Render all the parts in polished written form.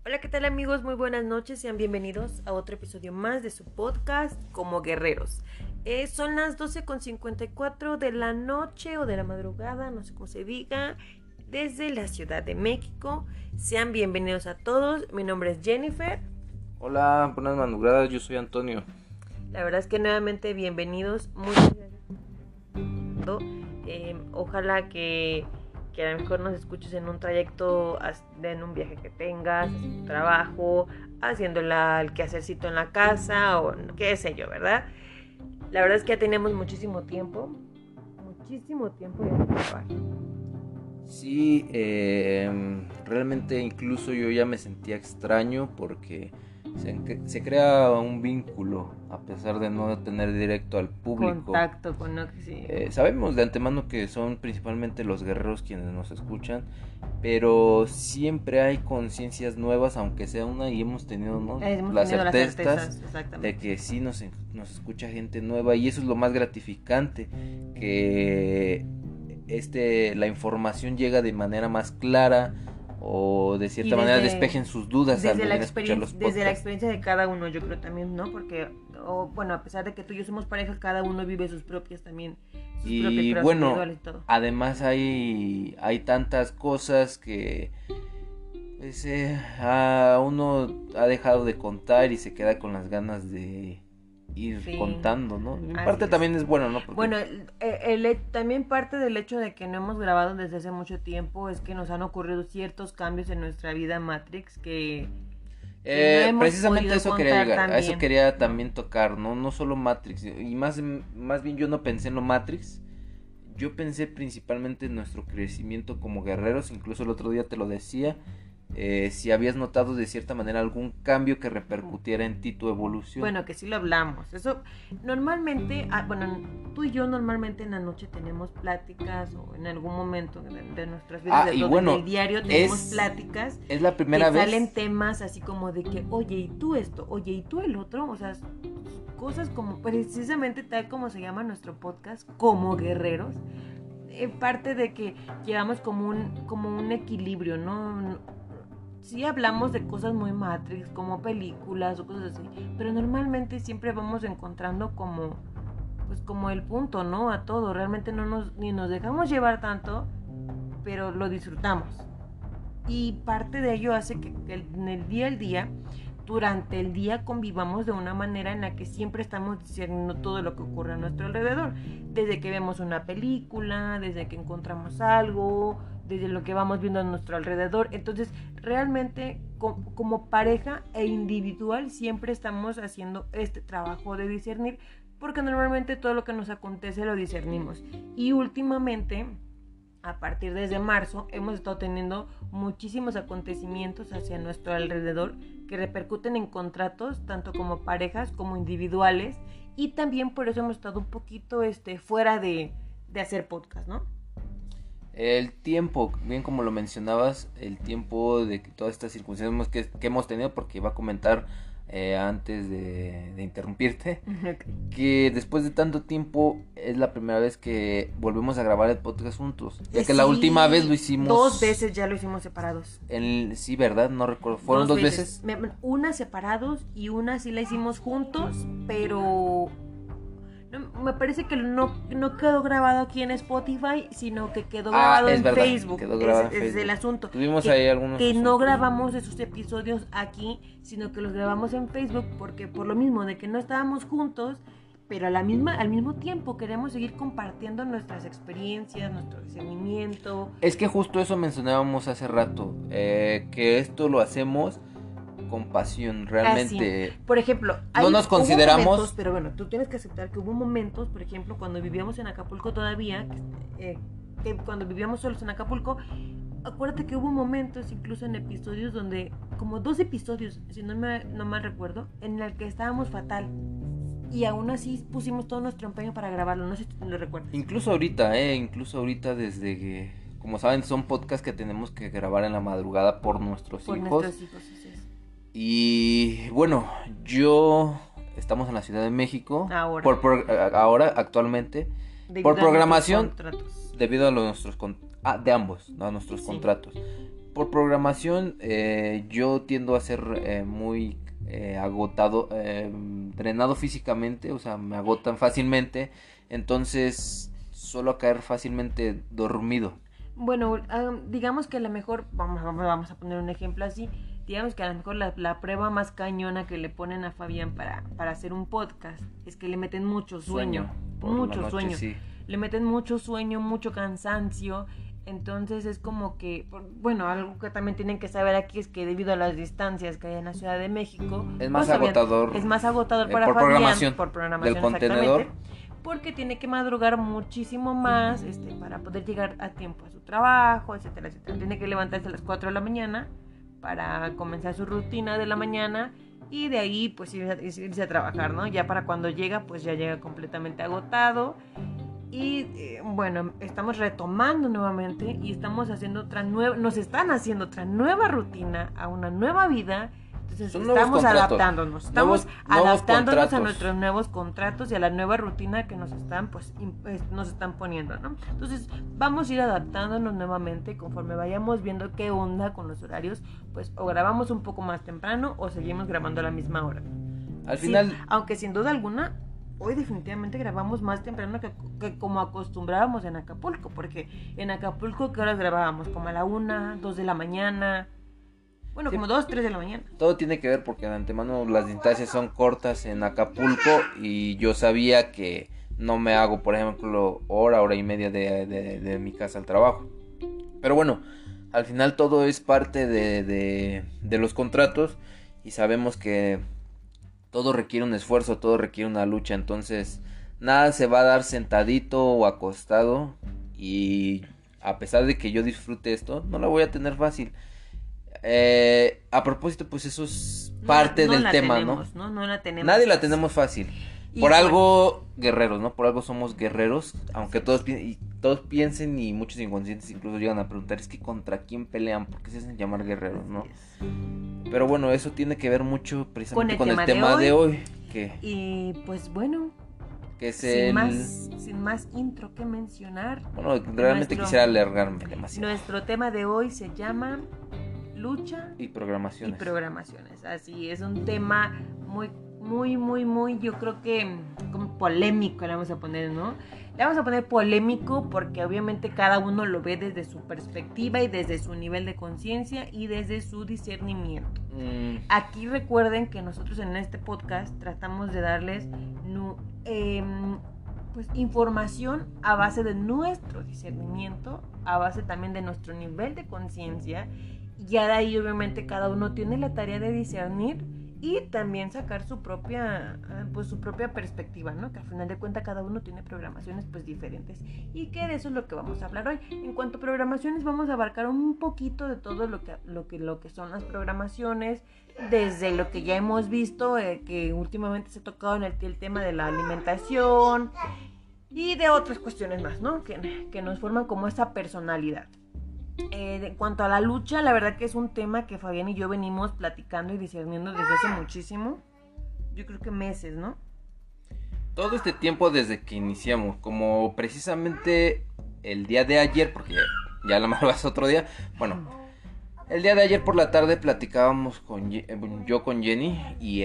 Hola, ¿qué tal amigos? Muy buenas noches, sean bienvenidos a otro episodio más de su podcast Como Guerreros. Son las 12:54 de la noche o de la madrugada, no sé cómo se diga, desde la Ciudad de México. Sean bienvenidos a todos, mi nombre es Jennifer. Hola, buenas madrugadas, yo soy Antonio. La verdad es que nuevamente bienvenidos, muchas gracias. Ojalá que a lo mejor nos escuches en un trayecto, en un viaje que tengas, haciendo tu trabajo, haciendo el quehacercito en la casa o qué sé yo, ¿verdad? La verdad es que ya teníamos muchísimo tiempo de grabar. Sí, realmente incluso yo ya me sentía extraño porque se crea un vínculo a pesar de no tener directo al público. Contacto con sí. Sabemos de antemano que son principalmente los guerreros quienes nos escuchan, pero siempre hay conciencias nuevas, aunque sea una, y hemos tenido, ¿no? las certezas de que sí nos escucha gente nueva, y eso es lo más gratificante, que la información llega de manera más clara o de cierta manera despejen sus dudas al venir a escuchar los podcasts. Desde la experiencia de cada uno, yo creo también, ¿no? Porque, a pesar de que tú y yo somos pareja, cada uno vive sus propias también. Y bueno, además hay tantas cosas que pues, uno ha dejado de contar y se queda con las ganas de ir contando, ¿no? En parte también es bueno, ¿no? Porque... Bueno, también parte del hecho de que no hemos grabado desde hace mucho tiempo es que nos han ocurrido ciertos cambios en nuestra vida Matrix que no precisamente eso quería llegar, a eso quería también tocar, no solo Matrix, y más bien yo no pensé en lo Matrix, yo pensé principalmente en nuestro crecimiento como guerreros. Incluso el otro día te lo decía, si habías notado de cierta manera algún cambio que repercutiera en ti, tu evolución. Bueno, que sí lo hablamos. Eso normalmente, tú y yo normalmente en la noche tenemos pláticas, o en algún momento de nuestras vidas, en el diario tenemos pláticas. Es la primera vez. Salen temas así como de que, oye, ¿y tú esto? Oye, ¿y tú el otro? O sea, cosas como precisamente tal como se llama nuestro podcast, Como Guerreros. Parte de que llevamos como un equilibrio, ¿no? Sí hablamos de cosas muy Matrix, como películas o cosas así, pero normalmente siempre vamos encontrando como el punto, ¿no? A todo. Realmente ni nos dejamos llevar tanto, pero lo disfrutamos. Y parte de ello hace que en el día al día, durante el día, convivamos de una manera en la que siempre estamos discerniendo todo lo que ocurre a nuestro alrededor. Desde que vemos una película, desde que encontramos algo, desde lo que vamos viendo a nuestro alrededor. Entonces, realmente, como pareja e individual, siempre estamos haciendo este trabajo de discernir, porque normalmente todo lo que nos acontece lo discernimos. Y últimamente, a partir desde marzo, hemos estado teniendo muchísimos acontecimientos hacia nuestro alrededor que repercuten en contratos, tanto como parejas como individuales, y también por eso hemos estado un poquito fuera de hacer podcast, ¿no? El tiempo, bien como lo mencionabas, el tiempo de que todas estas circunstancias que hemos tenido, porque iba a comentar antes de interrumpirte, okay, que después de tanto tiempo es la primera vez que volvemos a grabar el podcast juntos, ya que la última vez lo hicimos 2 veces, ya lo hicimos separados. Sí, ¿verdad? No recuerdo, ¿fueron 2 veces? Una separados y una sí la hicimos juntos, pero... No, me parece que no quedó grabado aquí en Spotify, sino que quedó grabado en Facebook. Es el asunto. Tuvimos ahí algunos que no grabamos esos episodios aquí, sino que los grabamos en Facebook, porque por lo mismo de que no estábamos juntos, pero al mismo tiempo queremos seguir compartiendo nuestras experiencias, nuestro discernimiento. Es que justo eso mencionábamos hace rato, que esto lo hacemos con pasión, realmente. Por ejemplo, no nos consideramos momentos, pero bueno, tú tienes que aceptar que hubo momentos, por ejemplo, cuando vivíamos en Acapulco todavía, que cuando vivíamos solos en Acapulco, acuérdate que hubo momentos, incluso en episodios donde, como 2 episodios, si no mal recuerdo, en el que estábamos fatal, y aún así pusimos todo nuestro empeño para grabarlo. No sé si tú lo recuerdas. Incluso ahorita desde que, como saben, son podcasts que tenemos que grabar en la madrugada por nuestros hijos. Así es. Y bueno, estamos en la Ciudad de México ahora actualmente, debido por programación, debido a nuestros contratos. Por programación, yo tiendo a ser muy agotado, drenado físicamente, o sea, me agotan fácilmente, entonces suelo caer fácilmente dormido. Bueno, digamos que a lo mejor, vamos a poner un ejemplo así, digamos que a lo mejor la prueba más cañona que le ponen a Fabián para hacer un podcast es que le meten mucho sueño mucho noche, sueño, sí. le meten mucho sueño, mucho cansancio, entonces es como que, bueno, algo que también tienen que saber aquí es que debido a las distancias que hay en la Ciudad de México, Es más pues, agotador. es más agotador para por Fabián, programación por programación del contenedor. porque tiene que madrugar muchísimo más para poder llegar a tiempo a su trabajo, etcétera, etcétera. Tiene que levantarse a las 4 de la mañana para comenzar su rutina de la mañana y de ahí pues irse a trabajar, ¿no? Ya para cuando llega, pues ya llega completamente agotado. Y bueno, estamos retomando nuevamente y estamos haciendo nos están haciendo otra nueva rutina a una nueva vida. Entonces estamos adaptándonos, adaptándonos a nuestros nuevos contratos y a la nueva rutina que nos están nos están poniendo, ¿no? Entonces vamos a ir adaptándonos nuevamente conforme vayamos viendo qué onda con los horarios, pues o grabamos un poco más temprano o seguimos grabando a la misma hora. Al final, aunque sin duda alguna hoy definitivamente grabamos más temprano que como acostumbrábamos en Acapulco, porque en Acapulco ¿qué horas grabábamos? Como a la 1, 2 de la mañana. Bueno, sí, como 2, 3 de la mañana. Todo tiene que ver porque de antemano las distancias son cortas en Acapulco y yo sabía que no me hago, por ejemplo, hora y media de mi casa al trabajo. Pero bueno, al final todo es parte de los contratos y sabemos que todo requiere un esfuerzo, todo requiere una lucha, entonces nada se va a dar sentadito o acostado y a pesar de que yo disfrute esto, no la voy a tener fácil. A propósito, pues eso es parte del tema, ¿no? No la tenemos. Nadie la tenemos fácil. Por algo guerreros, ¿no? Por algo somos guerreros, aunque todos piensen y muchos inconscientes incluso llegan a preguntar, es que ¿contra quién pelean? ¿Por qué se hacen llamar guerreros, no? Pero bueno, eso tiene que ver mucho precisamente con el tema de hoy. Y pues bueno, que es sin más intro que mencionar. Bueno, realmente quisiera alargarme demasiado. Nuestro tema de hoy se llama lucha y programaciones. Así es, un tema muy, yo creo que como polémico le vamos a poner, ¿no? Le vamos a poner polémico porque obviamente cada uno lo ve desde su perspectiva y desde su nivel de conciencia y desde su discernimiento. Aquí recuerden que nosotros en este podcast tratamos de darles pues información a base de nuestro discernimiento, a base también de nuestro nivel de conciencia. Ya de ahí obviamente cada uno tiene la tarea de discernir y también sacar su propia perspectiva, ¿no? Que al final de cuentas cada uno tiene programaciones pues diferentes y que de eso es lo que vamos a hablar hoy. En cuanto a programaciones vamos a abarcar un poquito de todo lo que son las programaciones, desde lo que ya hemos visto que últimamente se ha tocado en el tema de la alimentación y de otras cuestiones más, ¿no? Que nos forman como esa personalidad. En cuanto a la lucha, la verdad que es un tema que Fabián y yo venimos platicando y discerniendo desde hace muchísimo. Yo creo que meses, ¿no? Todo este tiempo desde que iniciamos, como precisamente el día de ayer, porque ya la mejor es otro día. Bueno, el día de ayer por la tarde platicábamos yo con Jenny y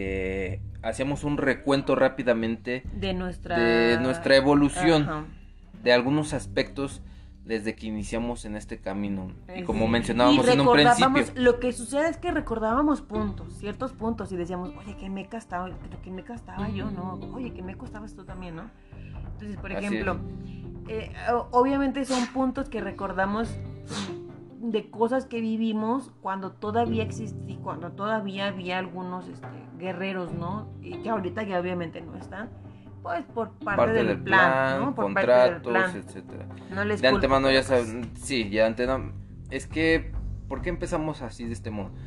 hacíamos un recuento rápidamente de nuestra evolución. Ajá. De algunos aspectos desde que iniciamos en este camino. Y como mencionábamos en un principio, lo que sucede es que recordábamos ciertos puntos y decíamos, oye, qué meca estaba yo, ¿no? Oye, qué meco estabas tú también, ¿no? Entonces, por ejemplo, obviamente son puntos que recordamos de cosas que vivimos cuando todavía existía, cuando todavía había algunos guerreros, ¿no? Y que ahorita ya obviamente no están. Pues por parte del plan, ¿no? Por contratos, parte del plan, etcétera. No les de antemano ya saben, sí, ya de antemano. Es que, ¿por qué empezamos así de este modo?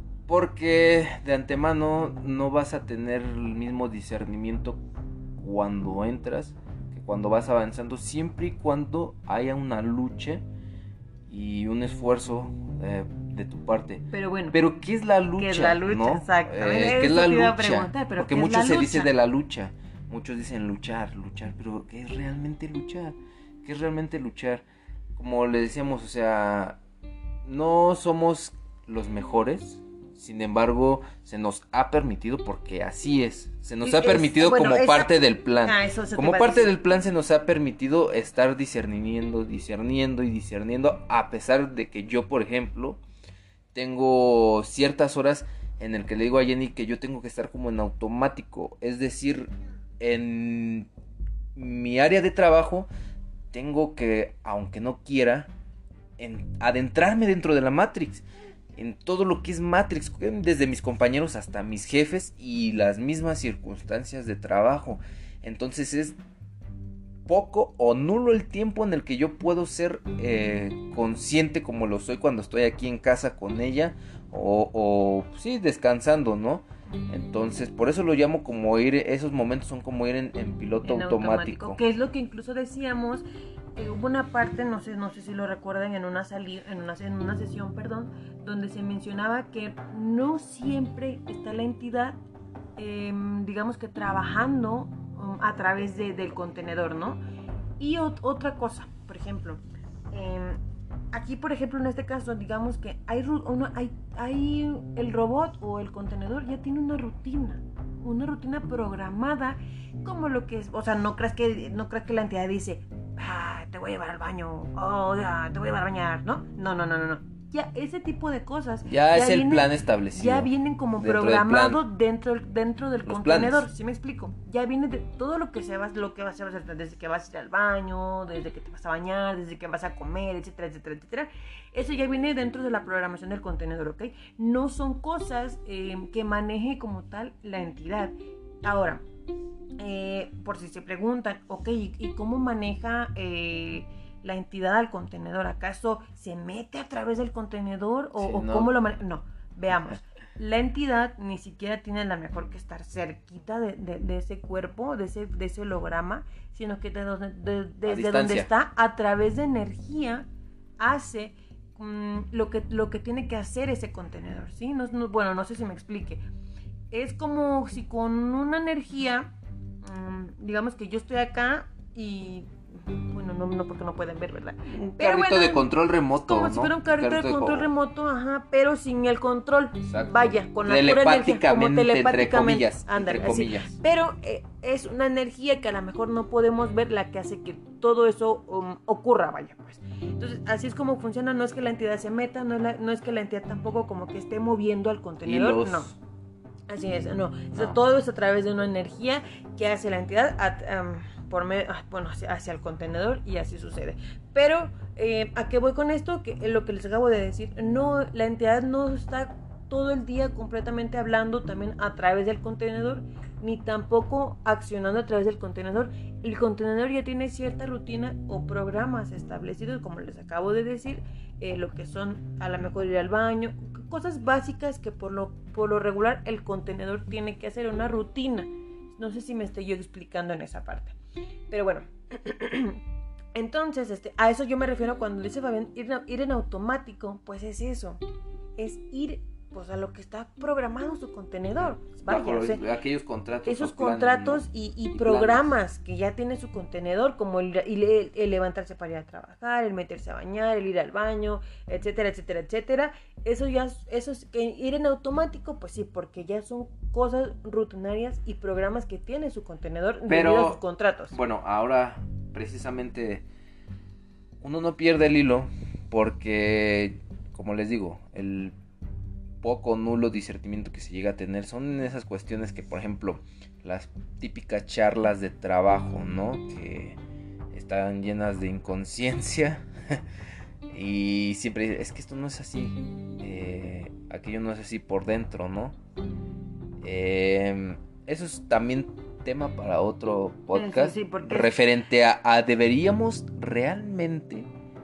Porque de antemano no vas a tener el mismo discernimiento cuando entras que cuando vas avanzando, siempre y cuando haya una lucha y un esfuerzo de tu parte. Pero bueno, pero ¿qué es la lucha? ¿Qué es la lucha? ¿no? Exactamente. ¿Qué es la lucha? Porque mucho se dice de la lucha. Muchos dicen luchar, pero ¿qué es realmente luchar? ¿Qué es realmente luchar? Como le decíamos, o sea, no somos los mejores. Sin embargo, se nos ha permitido, porque así es, se nos ha permitido como parte del plan. Como parte del plan se nos ha permitido estar discerniendo, a pesar de que yo, por ejemplo, tengo ciertas horas en el que le digo a Jenny que yo tengo que estar como en automático. Es decir, en mi área de trabajo tengo que, aunque no quiera, adentrarme dentro de la Matrix. En todo lo que es Matrix, desde mis compañeros hasta mis jefes y las mismas circunstancias de trabajo. Entonces es poco o nulo el tiempo en el que yo puedo ser consciente como lo soy cuando estoy aquí en casa con ella o sí, descansando, ¿no? Entonces por eso lo llamo como ir, esos momentos son como ir en piloto automático. Que es lo que incluso decíamos. Hubo una parte, no sé si lo recuerdan, en una sesión, donde se mencionaba que no siempre está la entidad, digamos que trabajando a través del contenedor, ¿no? Y otra cosa, por ejemplo, aquí, por ejemplo, en este caso, digamos que hay el robot o el contenedor ya tiene una rutina programada, como lo que es, o sea, no creas que la entidad dice, te voy a llevar al baño, te voy a llevar a bañar, ¿no? No. Ya ese tipo de cosas ya es el plan establecido. Ya vienen como programados dentro del contenedor, ¿sí me explico? Ya viene de todo lo que vas a hacer, desde que vas a ir al baño, desde que te vas a bañar, desde que vas a comer, etcétera. Eso ya viene dentro de la programación del contenedor, ¿ok? No son cosas que maneje como tal la entidad. Ahora, por si se preguntan, ok, ¿y cómo maneja la entidad al contenedor? ¿Acaso se mete a través del contenedor o no. ¿Cómo lo maneja? No, veamos. La entidad ni siquiera tiene la mejor que estar cerquita de ese cuerpo, de ese holograma, sino que desde donde está, a través de energía, hace lo que tiene que hacer ese contenedor, ¿sí? Bueno, no sé si me explique. Es como si con una energía, digamos que yo estoy acá y... Bueno, no porque no pueden ver, ¿verdad? Un carrito de control remoto, como ¿no? Si fuera un carrito de control remoto, pero sin el control. Exacto. Vaya, con la pura energía, como telepáticamente. Entre comillas. Pero es una energía que a lo mejor no podemos ver, la que hace que todo eso ocurra, vaya, pues. Entonces, así es como funciona. No es que la entidad se meta, no es que la entidad tampoco como que esté moviendo al contenedor, no. Así es, no. O sea, todo es a través de una energía que hace la entidad hacia el contenedor, y así sucede. Pero, ¿a qué voy con esto? Que lo que les acabo de decir, no, la entidad no está todo el día completamente hablando también a través del contenedor, ni tampoco accionando a través del contenedor. El contenedor ya tiene cierta rutina o programas establecidos, como les acabo de decir, lo que son a lo mejor ir al baño, cosas básicas que por lo regular el contenedor tiene que hacer, una rutina. No sé si me estoy yo explicando en esa parte, pero bueno. Entonces, a eso yo me refiero cuando dice Fabián, ir en automático. Pues es eso, es ir pues a lo que está programado su contenedor. Vaya, aquellos contratos, esos contratos, ¿no? y programas que ya tiene su contenedor, como el levantarse para ir a trabajar, el meterse a bañar, el ir al baño, etcétera. Eso es que ir en automático, pues sí, porque ya son cosas rutinarias y programas que tiene su contenedor debido a sus contratos. Bueno, ahora precisamente uno no pierde el hilo porque, como les digo, el poco nulo discernimiento que se llega a tener son esas cuestiones que, por ejemplo, las típicas charlas de trabajo, ¿no? Que están llenas de inconsciencia y siempre es que esto no es así, aquello no es así por dentro, ¿no? Eso es también tema para otro podcast, sí, referente a deberíamos realmente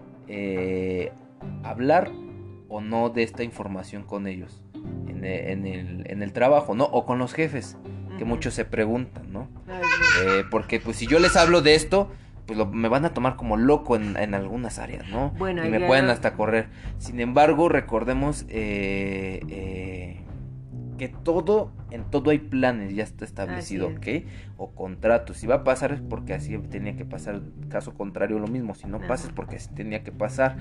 hablar o no de esta información con ellos en el trabajo, ¿no? O con los jefes, que muchos se preguntan, ¿no? Porque pues si yo les hablo de esto, pues me van a tomar como loco en algunas áreas, ¿no? Bueno, y me pueden hasta correr. Sin embargo, recordemos que en todo hay planes, ya está establecido, ¿ok? O contratos. Si va a pasar es porque así tenía que pasar. Caso contrario, lo mismo. Si no pasa es porque así tenía que pasar.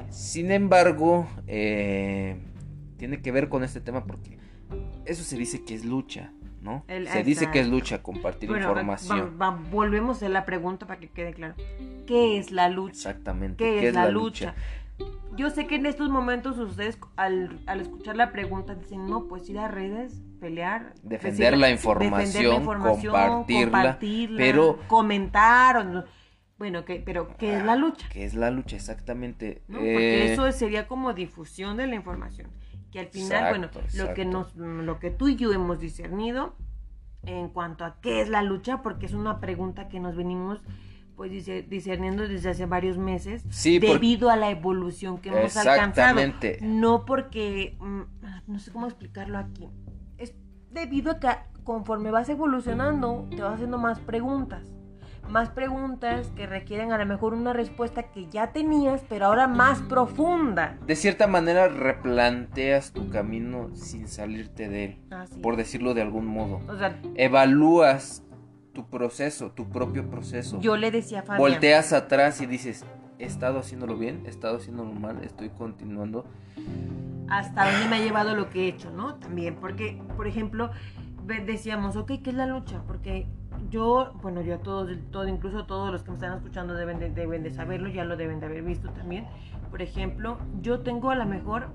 Sin embargo, tiene que ver con este tema porque eso se dice que es lucha, ¿no? Se dice que es lucha, compartir información. Volvemos a la pregunta para que quede claro. ¿Qué es la lucha? Exactamente. ¿Qué es la lucha? Yo sé que en estos momentos ustedes al escuchar la pregunta dicen, no, pues ir a redes, pelear, defender la información, compartirla, pero comentar, bueno, pero ¿qué es la lucha? ¿Qué es la lucha? Exactamente. ¿No? Porque eso sería como difusión de la información, que al final, lo que tú y yo hemos discernido en cuanto a qué es la lucha, porque es una pregunta que nos venimos pues discerniendo desde hace varios meses, debido a la evolución que hemos alcanzado. No porque, no sé cómo explicarlo aquí, es debido a que conforme vas evolucionando, te vas haciendo más preguntas que requieren a lo mejor una respuesta que ya tenías, pero ahora más profunda. De cierta manera replanteas tu camino sin salirte de él, por decirlo de algún modo. O sea, evalúas tu proceso, tu propio proceso. Yo le decía a Fabián, volteas atrás y dices, ¿he estado haciéndolo bien? ¿He estado haciéndolo mal? ¿Estoy continuando? Hasta dónde me ha llevado lo que he hecho, ¿no? También, porque, por ejemplo, decíamos, ok, ¿qué es la lucha? Porque yo incluso todos los que me están escuchando deben de saberlo, ya lo deben de haber visto también. Por ejemplo, yo tengo a lo mejor,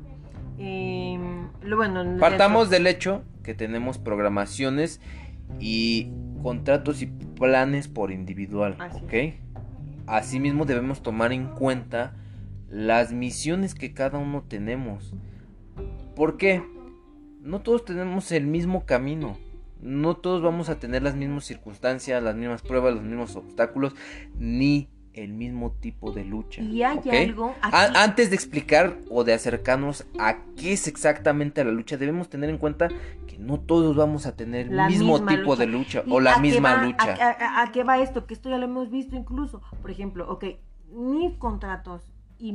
partamos del hecho que tenemos programaciones y contratos y planes por individual, ¿ok? Asimismo debemos tomar en cuenta las misiones que cada uno tenemos. ¿Por qué? No todos tenemos el mismo camino. No todos vamos a tener las mismas circunstancias, las mismas pruebas, los mismos obstáculos, ni el mismo tipo de lucha. Y hay algo aquí. Antes de explicar o de acercarnos a qué es exactamente la lucha, debemos tener en cuenta que no todos vamos a tener el mismo tipo de lucha o la misma lucha. ¿A qué va esto? Que esto ya lo hemos visto incluso. Por ejemplo, mis contratos y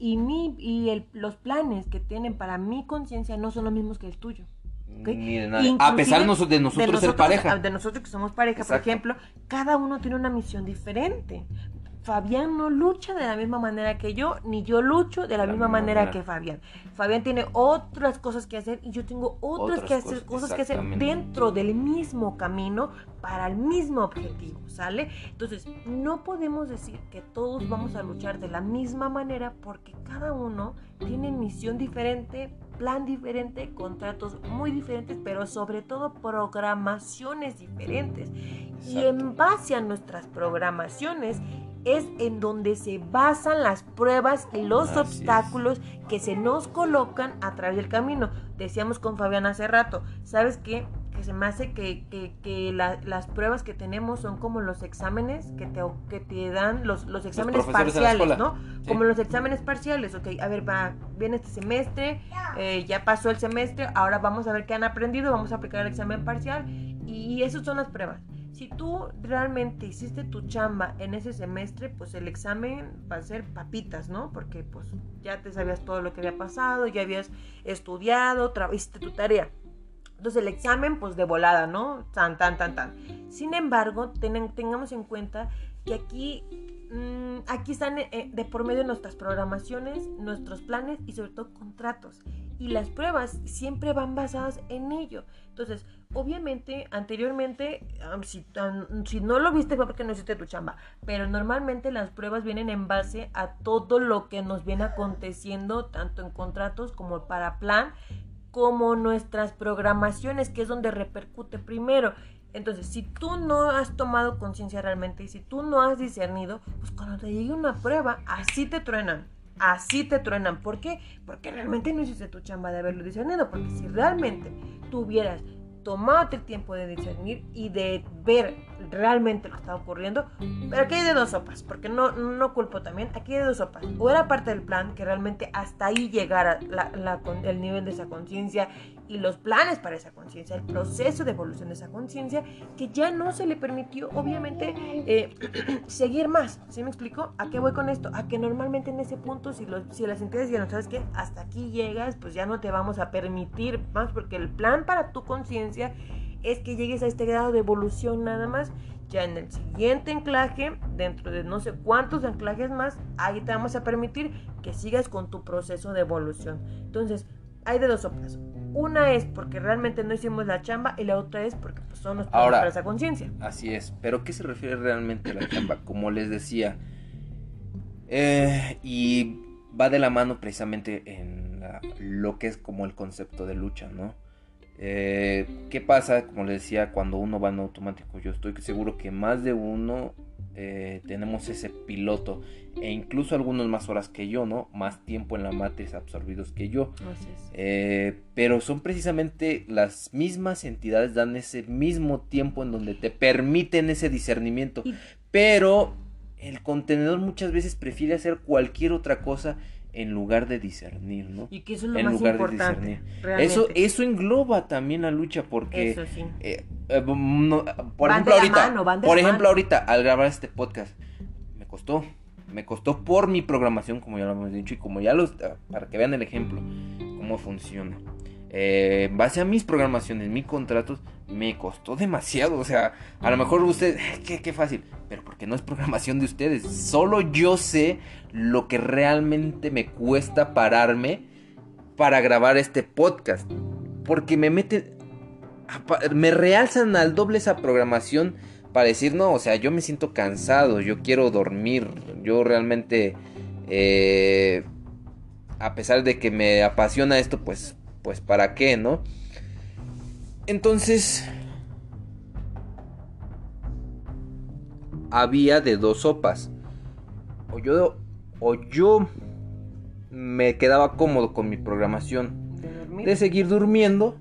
los planes que tienen para mi conciencia no son los mismos que el tuyo. ¿Okay? Ni de nada. A pesar de nosotros ser pareja. De nosotros que somos pareja, exacto. Por ejemplo, cada uno tiene una misión diferente. Fabián no lucha de la misma manera que yo, ni yo lucho de la misma manera que Fabián. Fabián tiene otras cosas que hacer y yo tengo otras cosas que hacer dentro del mismo camino para el mismo objetivo, ¿sale? Entonces, no podemos decir que todos vamos a luchar de la misma manera porque cada uno tiene misión diferente, plan diferente, contratos muy diferentes, pero sobre todo programaciones diferentes. Exacto. Y en base a nuestras programaciones es en donde se basan las pruebas y los obstáculos que se nos colocan a través del camino. Decíamos con Fabián hace rato, ¿sabes qué? Que se me hace que las pruebas que tenemos son como los exámenes que te dan los exámenes parciales, ¿no? Sí. Como los exámenes parciales, ok, a ver, viene este semestre, ya pasó el semestre, ahora vamos a ver qué han aprendido, vamos a aplicar el examen parcial y esas son las pruebas. Si tú realmente hiciste tu chamba en ese semestre, pues el examen va a ser papitas, ¿no? Porque pues ya te sabías todo lo que había pasado, ya habías estudiado, hiciste tu tarea. Entonces el examen, pues de volada, ¿no? Tan. Sin embargo, tengamos en cuenta que aquí están de por medio nuestras programaciones, nuestros planes y sobre todo contratos. Y las pruebas siempre van basadas en ello. Entonces, obviamente, anteriormente, si no lo viste fue porque no hiciste tu chamba. Pero normalmente las pruebas vienen en base a todo lo que nos viene aconteciendo, tanto en contratos como para plan, como nuestras programaciones, que es donde repercute primero. Entonces, si tú no has tomado conciencia realmente y si tú no has discernido, pues cuando te llegue una prueba, así te truenan. ¿Por qué? Porque realmente no hiciste tu chamba de haberlo discernido. Porque si realmente tú hubieras tomado el tiempo de discernir y de ver realmente lo que está ocurriendo, pero aquí hay de dos sopas, porque no culpo también, aquí hay de dos sopas. O era parte del plan, que realmente hasta ahí llegara el nivel de esa conciencia y los planes para esa conciencia, el proceso de evolución de esa conciencia, que ya no se le permitió, obviamente, seguir más. ¿Sí me explico? ¿A qué voy con esto? A que normalmente en ese punto, si las entidades dijeron, ¿sabes qué? Hasta aquí llegas, pues ya no te vamos a permitir más, porque el plan para tu conciencia es que llegues a este grado de evolución nada más. Ya en el siguiente anclaje, dentro de no sé cuántos anclajes más, ahí te vamos a permitir que sigas con tu proceso de evolución. Entonces, hay de dos sopas. Una es porque realmente no hicimos la chamba y la otra es porque pues, son nuestros para esa conciencia. Así es, pero ¿qué se refiere realmente a la chamba? Como les decía, y va de la mano precisamente en lo que es como el concepto de lucha, ¿no? ¿Qué pasa? Como les decía, cuando uno va en automático, yo estoy seguro que más de uno tenemos ese piloto, e incluso algunos más horas que yo, ¿no? Más tiempo en la matriz absorbidos que yo. Así es. Pero son precisamente las mismas entidades, dan ese mismo tiempo en donde te permiten ese discernimiento, pero el contenedor muchas veces prefiere hacer cualquier otra cosa en lugar de discernir, ¿no? Y que eso es lo más importante. Eso engloba también la lucha, porque eso sí. Por ejemplo, ahorita al grabar este podcast me costó por mi programación, como ya lo hemos dicho, y como para que vean el ejemplo cómo funciona. En base a mis programaciones, mis contratos, me costó demasiado. O sea, a lo mejor usted, qué fácil, pero porque no es programación de ustedes. Solo yo sé lo que realmente me cuesta pararme para grabar este podcast, porque me realzan al doble esa programación para decir, no, o sea, yo me siento cansado, yo quiero dormir, yo realmente, a pesar de que me apasiona esto, pues ¿para qué, no? Entonces, había de dos sopas. O yo me quedaba cómodo con mi programación de seguir durmiendo,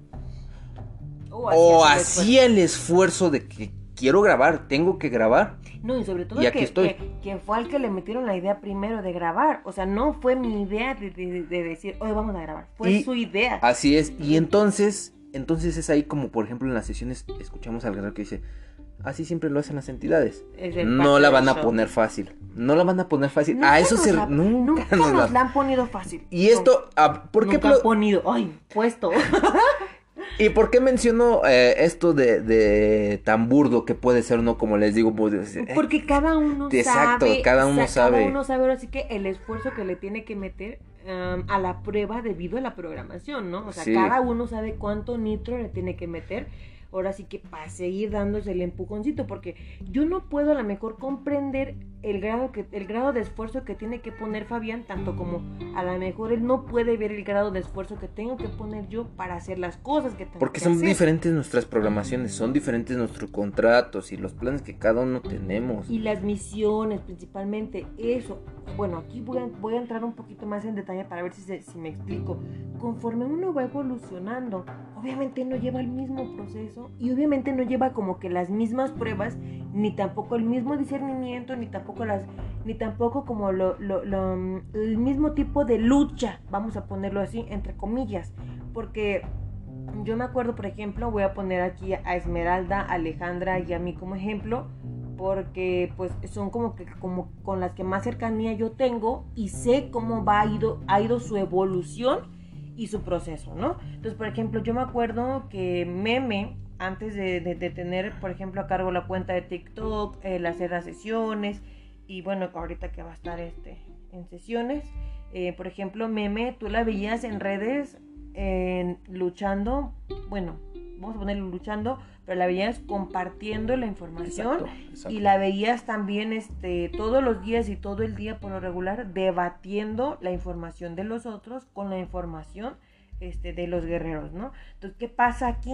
o hacía el esfuerzo de que quiero grabar, tengo que grabar. No, y sobre todo y aquí estoy. Que fue al que le metieron la idea primero de grabar. O sea, no fue mi idea de decir, oye, vamos a grabar. Fue su idea. Así es. Y entonces es ahí como, por ejemplo, en las sesiones escuchamos al guerrero que dice, así siempre lo hacen las entidades. No la van a poner fácil. No la van a poner fácil. Nunca nos la han ponido fácil. Y esto, ¿por qué? Nunca han ponido, puesto. ¿Y por qué menciono esto de tan burdo que puede ser, no? Como les digo, porque cada uno exacto, sabe. Cada uno sabe, ahora sí que el esfuerzo que le tiene que meter a la prueba debido a la programación, ¿no? O sea, sí. Cada uno sabe cuánto nitro le tiene que meter. Ahora sí que para seguir dándose el empujoncito, porque yo no puedo a lo mejor comprender el grado de esfuerzo que tiene que poner Fabián, tanto como a lo mejor él no puede ver el grado de esfuerzo que tengo que poner yo para hacer las cosas que tengo porque que son hacer. Diferentes nuestras programaciones, son diferentes nuestros contratos y los planes que cada uno tenemos. Y las misiones, principalmente eso. Bueno, aquí voy a entrar un poquito más en detalle para ver si me explico. Conforme uno va evolucionando, obviamente no lleva el mismo proceso y obviamente no lleva como que las mismas pruebas, ni tampoco el mismo discernimiento, ni tampoco como el mismo tipo de lucha, vamos a ponerlo así, entre comillas, porque yo me acuerdo, por ejemplo, voy a poner aquí a Esmeralda, a Alejandra y a mí como ejemplo, porque pues son como con las que más cercanía yo tengo y sé cómo ha ido su evolución y su proceso, ¿no? Entonces, por ejemplo, yo me acuerdo que Meme, antes de tener, por ejemplo, a cargo la cuenta de TikTok, el hacer las sesiones, y bueno, ahorita que va a estar en sesiones, por ejemplo, Meme, tú la veías en redes luchando, bueno, vamos a ponerlo luchando, pero la veías compartiendo la información. Exacto. Y la veías también todos los días y todo el día por lo regular debatiendo la información de los otros con la información de los guerreros, ¿no? Entonces, ¿qué pasa aquí?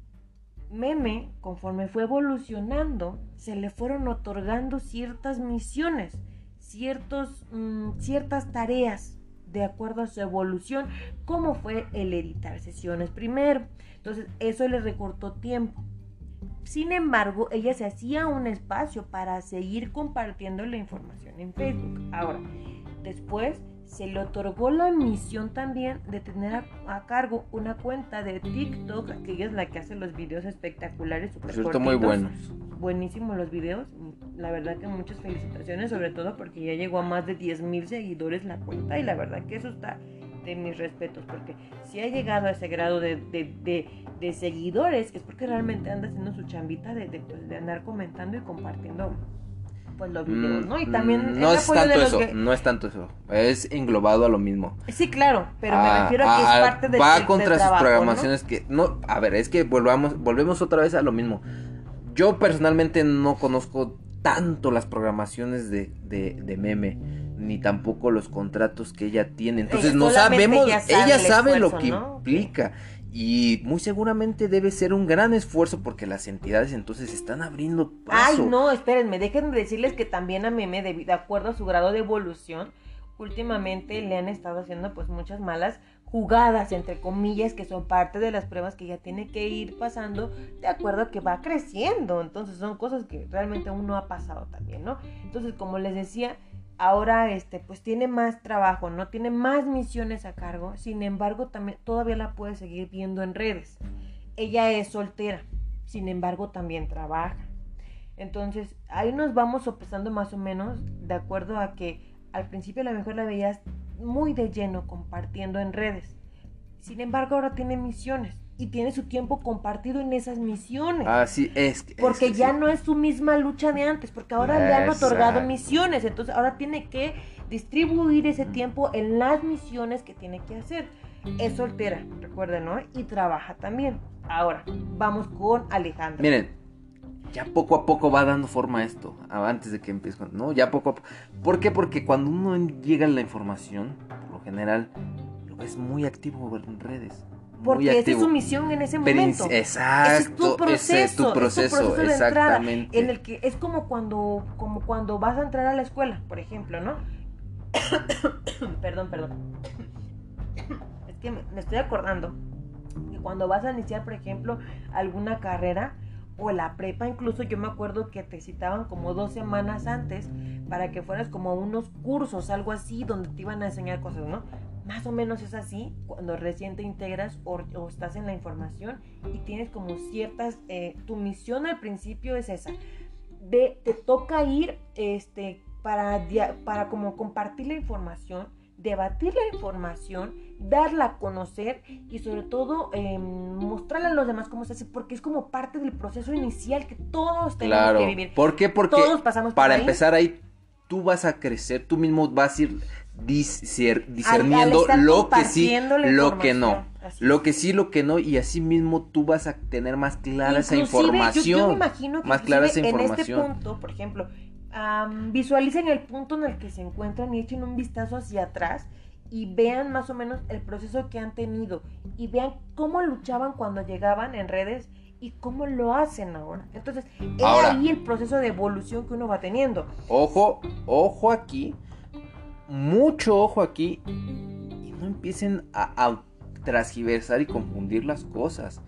Meme, conforme fue evolucionando, se le fueron otorgando ciertas misiones, ciertas tareas de acuerdo a su evolución, como fue el editar sesiones primero. Entonces, eso le recortó tiempo. Sin embargo, ella se hacía un espacio para seguir compartiendo la información en Facebook. Ahora, después se le otorgó la misión también de tener a cargo una cuenta de TikTok, que ella es la que hace los videos espectaculares, súper cortitos, muy buenos. Buenísimos los videos, la verdad que muchas felicitaciones, sobre todo porque ya llegó a más de 10,000 seguidores la cuenta y la verdad que eso está mis respetos, porque si ha llegado a ese grado de seguidores, es porque realmente anda haciendo su chambita de andar comentando y compartiendo pues los videos, ¿no? Y también no es tanto eso, no es tanto eso, es englobado a lo mismo. Sí, claro, pero me refiero a que es parte del va contra trabajo, sus programaciones, ¿no? Que no, a ver, es que volvemos otra vez a lo mismo. Yo personalmente no conozco tanto las programaciones de Meme, ni tampoco los contratos que ella tiene. Entonces no sabemos, ella sabe lo que implica. Y muy seguramente debe ser un gran esfuerzo porque las entidades entonces están abriendo paso. Ay, no, espérenme, déjenme decirles que también a Meme, de acuerdo a su grado de evolución, últimamente le han estado haciendo pues muchas malas jugadas, entre comillas, que son parte de las pruebas que ya tiene que ir pasando de acuerdo a que va creciendo. Entonces son cosas que realmente aún no ha pasado también, ¿no? Entonces, como les decía, ahora pues tiene más trabajo, ¿no? Tiene más misiones a cargo. Sin embargo, también todavía la puede seguir viendo en redes. Ella es soltera, sin embargo, también trabaja. Entonces, ahí nos vamos sopesando más o menos de acuerdo a que al principio a lo mejor la veías muy de lleno compartiendo en redes. Sin embargo, ahora tiene misiones y tiene su tiempo compartido en esas misiones. Así es. Porque ya no es su misma lucha de antes, porque ahora le han otorgado misiones, entonces ahora tiene que distribuir ese tiempo en las misiones que tiene que hacer. Es soltera, recuerden, ¿no? Y trabaja también. Ahora, vamos con Alejandra. Miren, ya poco a poco va dando forma a esto, antes de que empiece, ¿no? Ya poco a poco. ¿Por qué? Porque cuando uno llega a la información, por lo general, lo ves muy activo en redes. Porque esa es su misión en ese momento. Exacto, ese es tu proceso de exactamente. Entrada, en el que es como cuando vas a entrar a la escuela, por ejemplo, ¿no? Perdón. Es que me estoy acordando que cuando vas a iniciar, por ejemplo, alguna carrera o la prepa, incluso yo me acuerdo que te citaban como 2 semanas antes para que fueras como a unos cursos, algo así, donde te iban a enseñar cosas, ¿no? Más o menos es así cuando recién te integras o estás en la información y tienes como ciertas, tu misión al principio es esa, te toca ir para como compartir la información, debatir la información, darla a conocer y sobre todo mostrarle a los demás cómo se hace, porque es como parte del proceso inicial que todos tenemos que vivir. ¿Por qué? Porque todos pasamos por para ahí. Empezar ahí, tú vas a crecer, tú mismo vas a ir discerniendo lo que sí, lo que no. Lo que sí, lo que no, y así mismo tú vas a tener más clara esa información. Yo me imagino que más clara esa información. En este punto, por ejemplo, visualicen el punto en el que se encuentran y echen un vistazo hacia atrás y vean más o menos el proceso que han tenido y vean cómo luchaban cuando llegaban en redes y cómo lo hacen ahora. Entonces, es ahí el proceso de evolución que uno va teniendo. Ojo aquí, mucho ojo aquí, y no empiecen a transgiversar y confundir las cosas.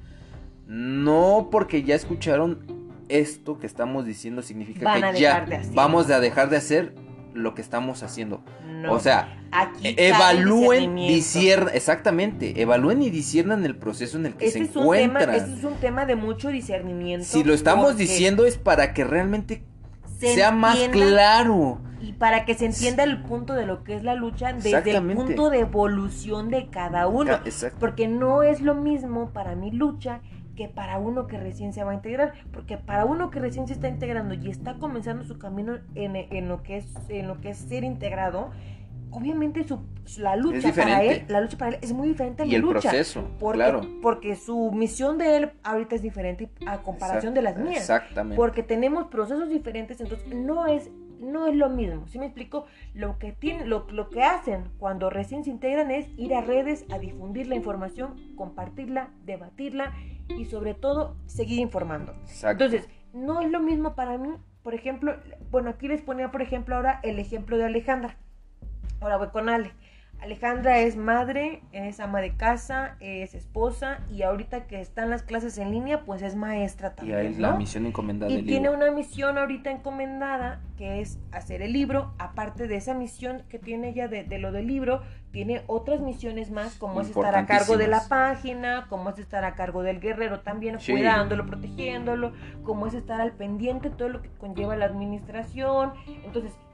No porque ya escucharon esto que estamos diciendo significa que ya vamos a dejar de hacer lo que estamos haciendo. No, o sea, evalúen, exactamente, evalúen y disciernan el proceso en el que se encuentran. Este es un tema de mucho discernimiento. Si lo estamos diciendo es para que realmente sea más claro. Y para que se entienda el punto de lo que es la lucha desde el punto de evolución de cada uno. Porque no es lo mismo para mi lucha que para uno que recién se va a integrar, porque para uno que recién se está integrando y está comenzando su camino en lo que es ser integrado, obviamente la lucha para él es muy diferente a mi lucha. Y el proceso, claro. Porque su misión de él ahorita es diferente a comparación de las mías. Exactamente. Porque tenemos procesos diferentes, entonces no es lo mismo. ¿Sí me explico? Lo que hacen cuando recién se integran es ir a redes a difundir la información, compartirla, debatirla y sobre todo seguir informando. Exacto. Entonces, no es lo mismo para mí, por ejemplo, bueno, aquí les ponía por ejemplo ahora el ejemplo de Alejandra. Ahora voy con Ale. Alejandra es madre, es ama de casa, es esposa y ahorita que están las clases en línea, pues es maestra también, y hay la misión encomendada y del tiene libro. una misión ahorita encomendada que es hacer el libro. Aparte de esa misión que tiene ella de lo del libro, tiene otras misiones más, como es estar a cargo de la página, como es estar a cargo del guerrero también, sí, cuidándolo, protegiéndolo, como es estar al pendiente de todo lo que conlleva la administración. Entonces,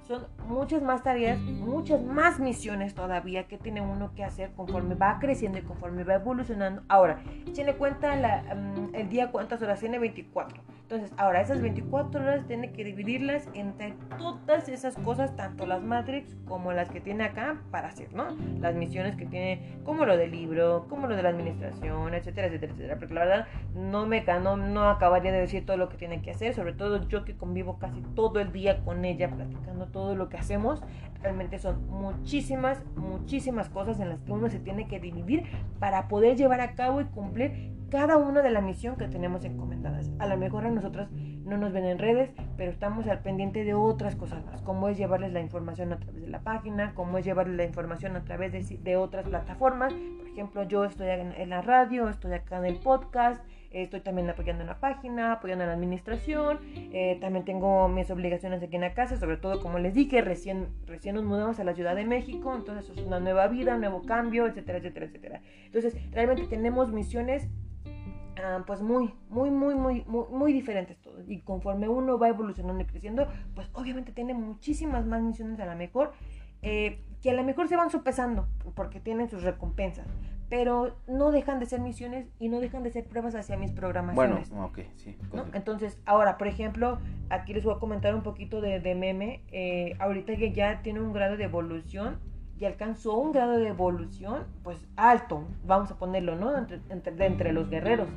son muchas más tareas, muchas más misiones todavía que tiene uno que hacer conforme va creciendo y conforme va evolucionando. Ahora, tiene cuenta el día cuántas horas tiene, 24. Entonces, ahora esas 24 horas tiene que dividirlas entre todas esas cosas, tanto las Matrix como las que tiene acá para hacer, ¿no? Las misiones que tiene, como lo del libro, como lo de la administración, etcétera, etcétera, etcétera. Porque la verdad no acabaría de decir todo lo que tiene que hacer, sobre todo yo que convivo casi todo el día con ella, platicando todo lo que hacemos. Realmente son muchísimas cosas en las que uno se tiene que dividir para poder llevar a cabo y cumplir cada una de la misión que tenemos encomendadas. A lo mejor a nosotros no nos ven en redes, pero estamos al pendiente de otras cosas más, como es llevarles la información a través de la página, como es llevarles la información a través de otras plataformas. Por ejemplo, yo estoy en la radio, estoy acá en el podcast, estoy también apoyando en la página, apoyando en la administración, también tengo mis obligaciones aquí en la casa, sobre todo como les dije, recién nos mudamos a la Ciudad de México, entonces es una nueva vida, un nuevo cambio, etcétera, etcétera, etcétera. Entonces realmente tenemos misiones pues muy diferentes todos, y conforme uno va evolucionando y creciendo, pues obviamente tiene muchísimas más misiones a lo mejor, que a lo mejor se van sopesando porque tienen sus recompensas, pero no dejan de ser misiones y no dejan de ser pruebas hacia mis programaciones. Bueno, ok, sí. ¿No? Entonces, ahora, por ejemplo, aquí les voy a comentar un poquito de meme. Ahorita que ya tiene un grado de evolución, y alcanzó un grado de evolución, pues alto, vamos a ponerlo, ¿no? Entre los guerreros.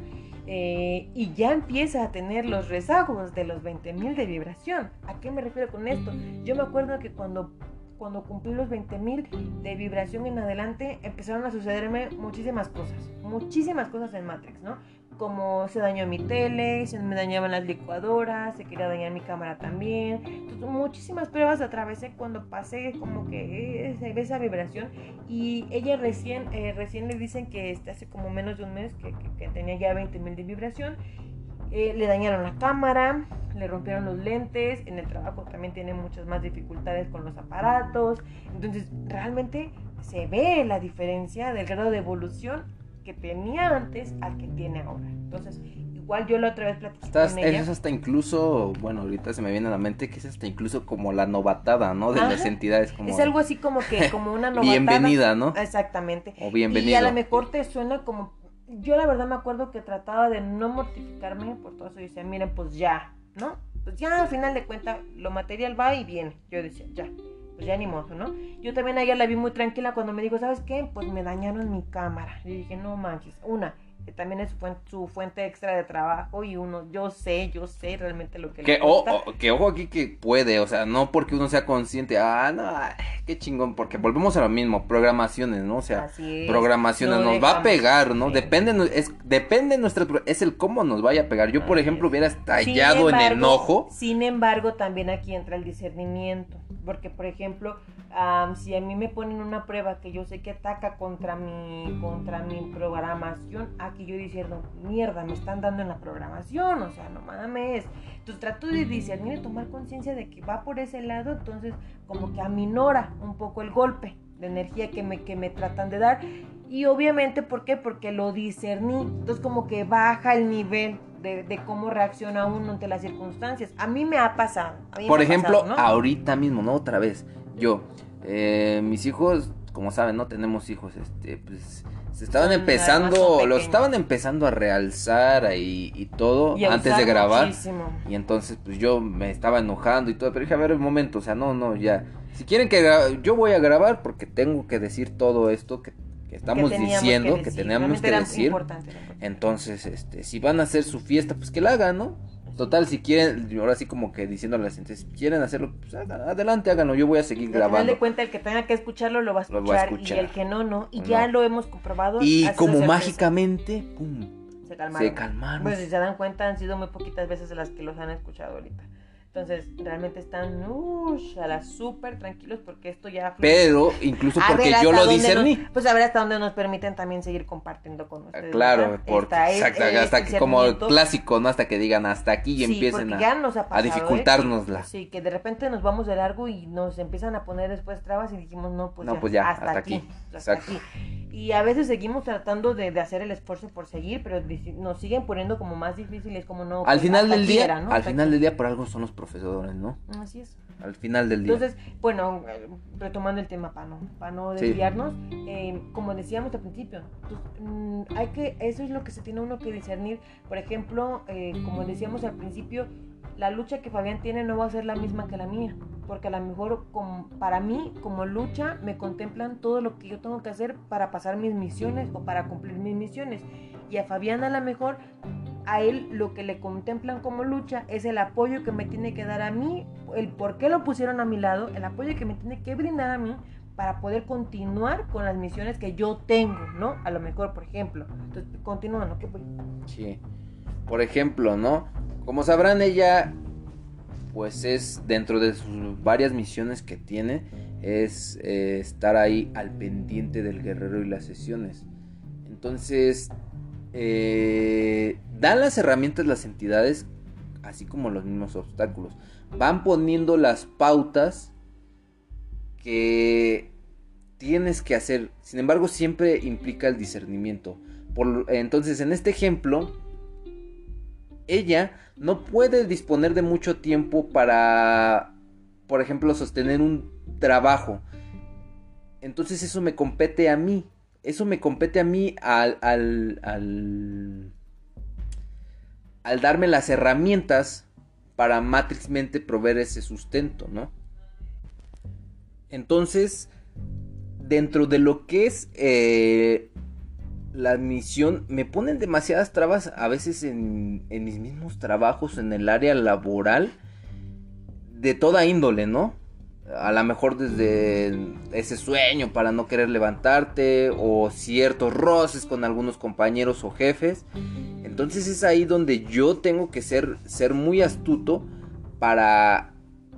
Y ya empieza a tener los rezagos de los 20,000 de vibración. ¿A qué me refiero con esto? Yo me acuerdo que cuando cumplí los 20,000 de vibración en adelante, empezaron a sucederme muchísimas cosas en Matrix, ¿no? Como se dañó mi tele, se me dañaban las licuadoras, se quería dañar mi cámara también. Entonces, muchísimas pruebas atravesé cuando pasé como que esa vibración. Y ella recién le dicen que hace como menos de un mes que tenía ya 20,000 de vibración. Le dañaron la cámara, le rompieron los lentes, en el trabajo también tiene muchas más dificultades con los aparatos. Entonces realmente se ve la diferencia del grado de evolución que tenía antes al que tiene ahora. Entonces igual yo la otra vez platiqué con ella. Eso es hasta incluso, bueno, ahorita se me viene a la mente que es hasta incluso como la novatada, ¿no? De las entidades. Como es algo así como una novatada. Bienvenida, ¿no? Exactamente. O bienvenido. Y a lo mejor te suena como... Yo la verdad me acuerdo que trataba de no mortificarme por todo eso. Y decía, miren, pues ya, ¿no? Pues ya al final de cuentas lo material va y viene. Yo decía, ya, pues ya ni modo, ¿no? Yo también a ella la vi muy tranquila cuando me dijo, ¿sabes qué? Pues me dañaron mi cámara. Y dije, no manches, también es su fuente extra de trabajo, y yo sé realmente lo que le cuesta. Que ojo aquí que puede, o sea, no porque uno sea consciente, no, qué chingón, porque volvemos a lo mismo, programaciones, ¿no? O sea, programaciones nos va a pegar, ¿no? Sí. Depende nuestra, es el cómo nos vaya a pegar. Yo, por ejemplo, hubiera estallado en enojo. Sin embargo, también aquí entra el discernimiento, porque, por ejemplo, si a mí me ponen una prueba que yo sé que ataca contra mi programación, aquí yo diciendo, mierda, me están dando en la programación, o sea, no mames. Entonces trato de discernir y tomar conciencia de que va por ese lado, entonces como que aminora un poco el golpe de energía que me tratan de dar. Y obviamente, ¿por qué? Porque lo discerní, entonces como que baja el nivel de cómo reacciona uno ante las circunstancias. A mí me ha pasado. Por ejemplo, ¿no? Ahorita mismo, ¿no? Otra vez, yo, mis hijos, como saben, no tenemos hijos, pues se estaban empezando a realzar y todo y antes de grabar. Muchísimo. Y entonces pues yo me estaba enojando y todo, pero dije, a ver, un momento, o sea, no, ya. Si quieren yo voy a grabar porque tengo que decir todo esto que estamos diciendo, que teníamos que decir. Importante. Entonces, si van a hacer su fiesta, pues que la hagan, ¿no? Total, si quieren, ahora sí como que diciéndole a la gente, si quieren hacerlo, pues adelante, háganlo, yo voy a seguir grabando. Al final de cuenta, el que tenga que escucharlo lo va a escuchar, y el que no, y ya lo hemos comprobado. Y como mágicamente, pum, se calmaron. Pues si se dan cuenta, han sido muy poquitas veces las que los han escuchado ahorita. Entonces, realmente están a las súper tranquilos porque esto ya... Pero, incluso porque yo lo discerní. Pues a ver hasta dónde nos permiten también seguir compartiendo con ustedes. Claro, porque hasta que como clásico, ¿no? Hasta que digan hasta aquí y empiecen a dificultárnosla. Sí, que de repente nos vamos de largo y nos empiezan a poner después trabas y dijimos, pues ya, hasta aquí. Hasta aquí. Y a veces seguimos tratando de hacer el esfuerzo por seguir, pero nos siguen poniendo como más difíciles, como no... Al final del día, por algo son los profesores, ¿no? Así es. al final del día. Entonces, bueno, retomando el tema para no desviarnos, como decíamos al principio, eso es lo que se tiene uno que discernir. Por ejemplo, como decíamos al principio, la lucha que Fabián tiene no va a ser la misma que la mía, porque a lo mejor para mí como lucha me contemplan todo lo que yo tengo que hacer para pasar mis misiones o para cumplir mis misiones, y a Fabián a lo mejor a él lo que le contemplan como lucha es el apoyo que me tiene que dar a mí, el por qué lo pusieron a mi lado, el apoyo que me tiene que brindar a mí para poder continuar con las misiones que yo tengo, ¿no? A lo mejor, por ejemplo. Entonces, continuando, ¿qué fue? Sí. Por ejemplo, ¿no? Como sabrán, ella, pues es dentro de sus varias misiones que tiene, es estar ahí al pendiente del guerrero y las sesiones. Entonces, dan las herramientas las entidades, así como los mismos obstáculos. Van poniendo las pautas que tienes que hacer. Sin embargo, siempre implica el discernimiento. Entonces, en este ejemplo, ella no puede disponer de mucho tiempo para, por ejemplo, sostener un trabajo. Entonces eso me compete a mí. Eso me compete a mí al darme las herramientas para matrixmente proveer ese sustento, ¿no? Entonces, dentro de lo que es la misión, me ponen demasiadas trabas a veces en mis mismos trabajos, en el área laboral, de toda índole, ¿no? A lo mejor desde ese sueño para no querer levantarte, o ciertos roces con algunos compañeros o jefes. Entonces es ahí donde yo tengo que ser muy astuto para,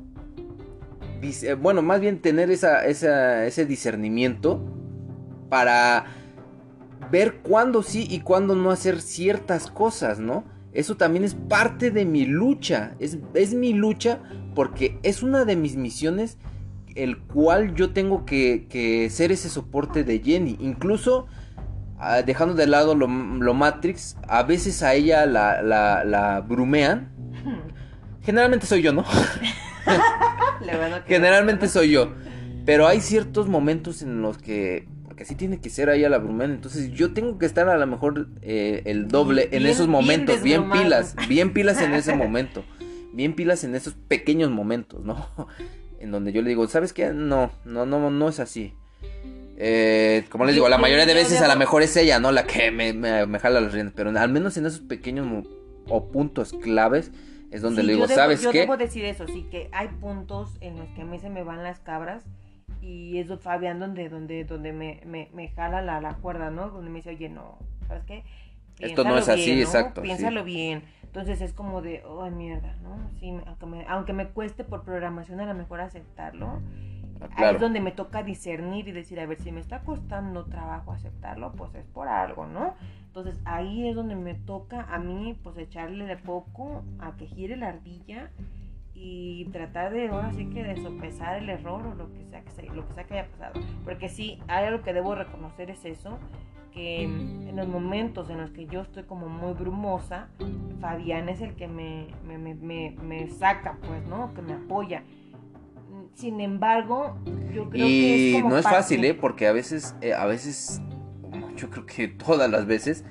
bueno, más bien tener ese discernimiento para ver cuándo sí y cuándo no hacer ciertas cosas, ¿no? Eso también es parte de mi lucha. Es mi lucha porque es una de mis misiones, el cual yo tengo que ser ese soporte de Jenny. Incluso dejando de lado lo Matrix, a veces a ella la brumean. Generalmente soy yo, ¿no? Generalmente soy yo. Pero hay ciertos momentos en los que, porque así tiene que ser ahí a la brumean, entonces yo tengo que estar a lo mejor el doble en esos momentos, bien pilas en ese momento, bien pilas en esos pequeños momentos, ¿no? En donde yo le digo, ¿sabes qué? No es así. Como les digo, la mayoría de veces a lo mejor es ella, ¿no? La que me jala las riendas, pero al menos en esos pequeños o puntos claves es donde sí, le digo, ¿sabes qué? Yo debo decir eso, sí, que hay puntos en los que a mí se me van las cabras. Y es Fabián donde me jala la cuerda, ¿no? Donde me dice, oye, no, ¿sabes qué? Piénsalo esto no es así, bien, ¿no? exacto. Piénsalo sí. bien. Entonces es como de, oh, mierda, ¿no? Sí, aunque me cueste por programación a lo mejor aceptarlo, claro. Ahí es donde me toca discernir y decir, a ver, si me está costando trabajo aceptarlo, pues es por algo, ¿no? Entonces ahí es donde me toca a mí, pues echarle de poco a que gire la ardilla y tratar de ahora sí que de sopesar el error o lo que sea que haya pasado, porque sí, hay algo que debo reconocer, es eso, que en los momentos en los que yo estoy como muy brumosa, Fabián es el que me saca, pues, ¿no? Que me apoya. Sin embargo, yo creo que es como no es fácil, porque a veces, yo creo que todas las veces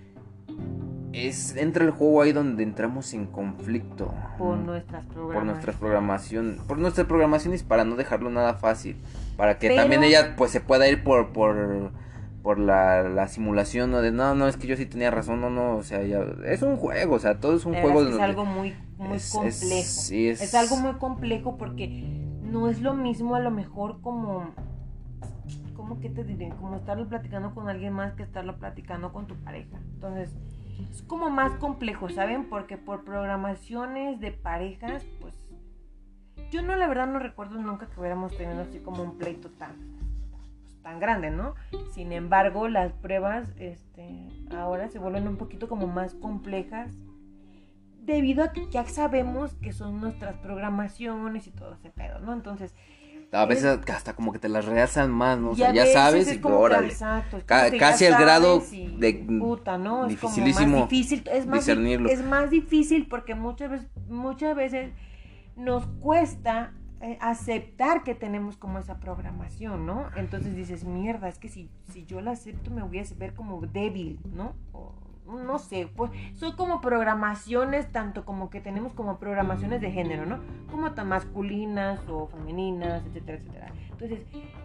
entra el juego ahí donde entramos en conflicto por nuestras programaciones, para no dejarlo nada fácil, para que también ella pues se pueda ir por la simulación, ¿no? De no, es que yo sí tenía razón, no, o sea, ya es un juego, o sea, todo es un juego. Es algo muy complejo. Es algo muy complejo porque no es lo mismo a lo mejor como ¿qué te diré? Como estarlo platicando con alguien más que estarlo platicando con tu pareja. Entonces es como más complejo, ¿saben? Porque por programaciones de parejas, pues yo la verdad no recuerdo nunca que hubiéramos tenido así como un pleito tan grande, ¿no? Sin embargo, las pruebas ahora se vuelven un poquito como más complejas debido a que ya sabemos que son nuestras programaciones y todo ese pedo, ¿no? Entonces a veces hasta como que te las realzan más, ¿no? O sea, ya sabes y órale. Exacto, casi al grado de puta, ¿no? dificilísimo, es más difícil, discernirlo. Es más difícil porque muchas veces nos cuesta aceptar que tenemos como esa programación, ¿no? Entonces dices, mierda, es que si yo la acepto me voy a ver como débil, ¿no? O, no sé, pues son como programaciones, tanto como que tenemos como programaciones de género, ¿no? Como tan masculinas o femeninas, etcétera, etcétera. Entonces,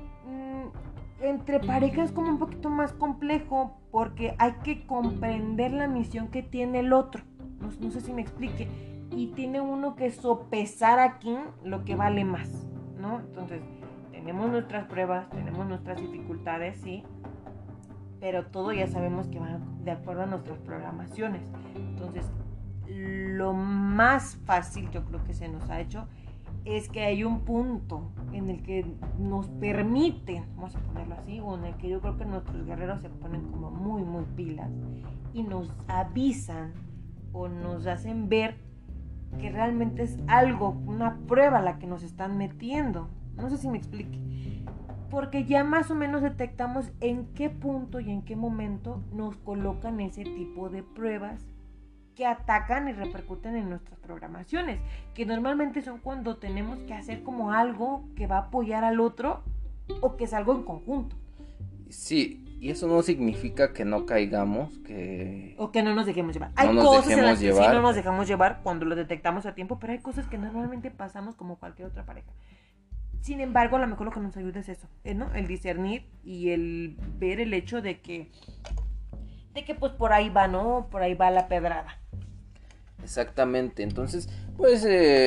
entre parejas es como un poquito más complejo porque hay que comprender la misión que tiene el otro. No sé si me explique. Y tiene uno que sopesar aquí lo que vale más, ¿no? Entonces, tenemos nuestras pruebas, tenemos nuestras dificultades, sí, pero todo ya sabemos que va de acuerdo a nuestras programaciones. Entonces, lo más fácil yo creo que se nos ha hecho es que hay un punto en el que nos permite, vamos a ponerlo así, o en el que yo creo que nuestros guerreros se ponen como muy, muy pilas y nos avisan o nos hacen ver que realmente es algo, una prueba la que nos están metiendo. No sé si me explique. Porque ya más o menos detectamos en qué punto y en qué momento nos colocan ese tipo de pruebas que atacan y repercuten en nuestras programaciones, que normalmente son cuando tenemos que hacer como algo que va a apoyar al otro o que es algo en conjunto. Sí, y eso no significa que no caigamos, o que no nos dejemos llevar. Hay cosas en las que sí no nos dejamos llevar cuando lo detectamos a tiempo, pero hay cosas que normalmente pasamos como cualquier otra pareja. Sin embargo, a lo mejor lo que nos ayuda es eso, ¿no? El discernir y el ver el hecho de que pues por ahí va, ¿no? Por ahí va la pedrada. Exactamente, entonces, pues,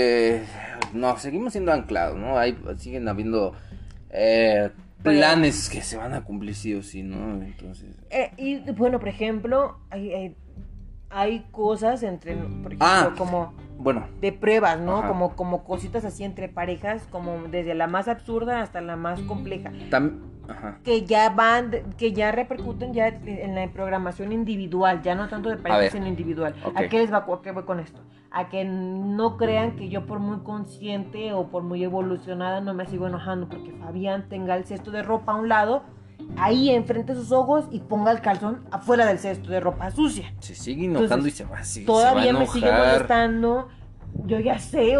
no, seguimos siendo anclados, ¿no? Siguen habiendo planes que se van a cumplir sí o sí, ¿no? Entonces... y bueno, por ejemplo, hay cosas entre, por ejemplo, como... Bueno. De pruebas, ¿no? Como cositas así entre parejas, como desde la más absurda hasta la más compleja. Ajá. Que ya repercuten ya en la programación individual, ya no tanto de parejas sino individual. Okay. ¿A qué voy con esto? A que no crean que yo por muy consciente o por muy evolucionada no me sigo enojando porque Fabián tenga el cesto de ropa a un lado, ahí enfrente de sus ojos y ponga el calzón afuera del cesto de ropa sucia. Se sigue enojando. Entonces, y se va a enojar. Todavía me sigue molestando. Yo ya sé,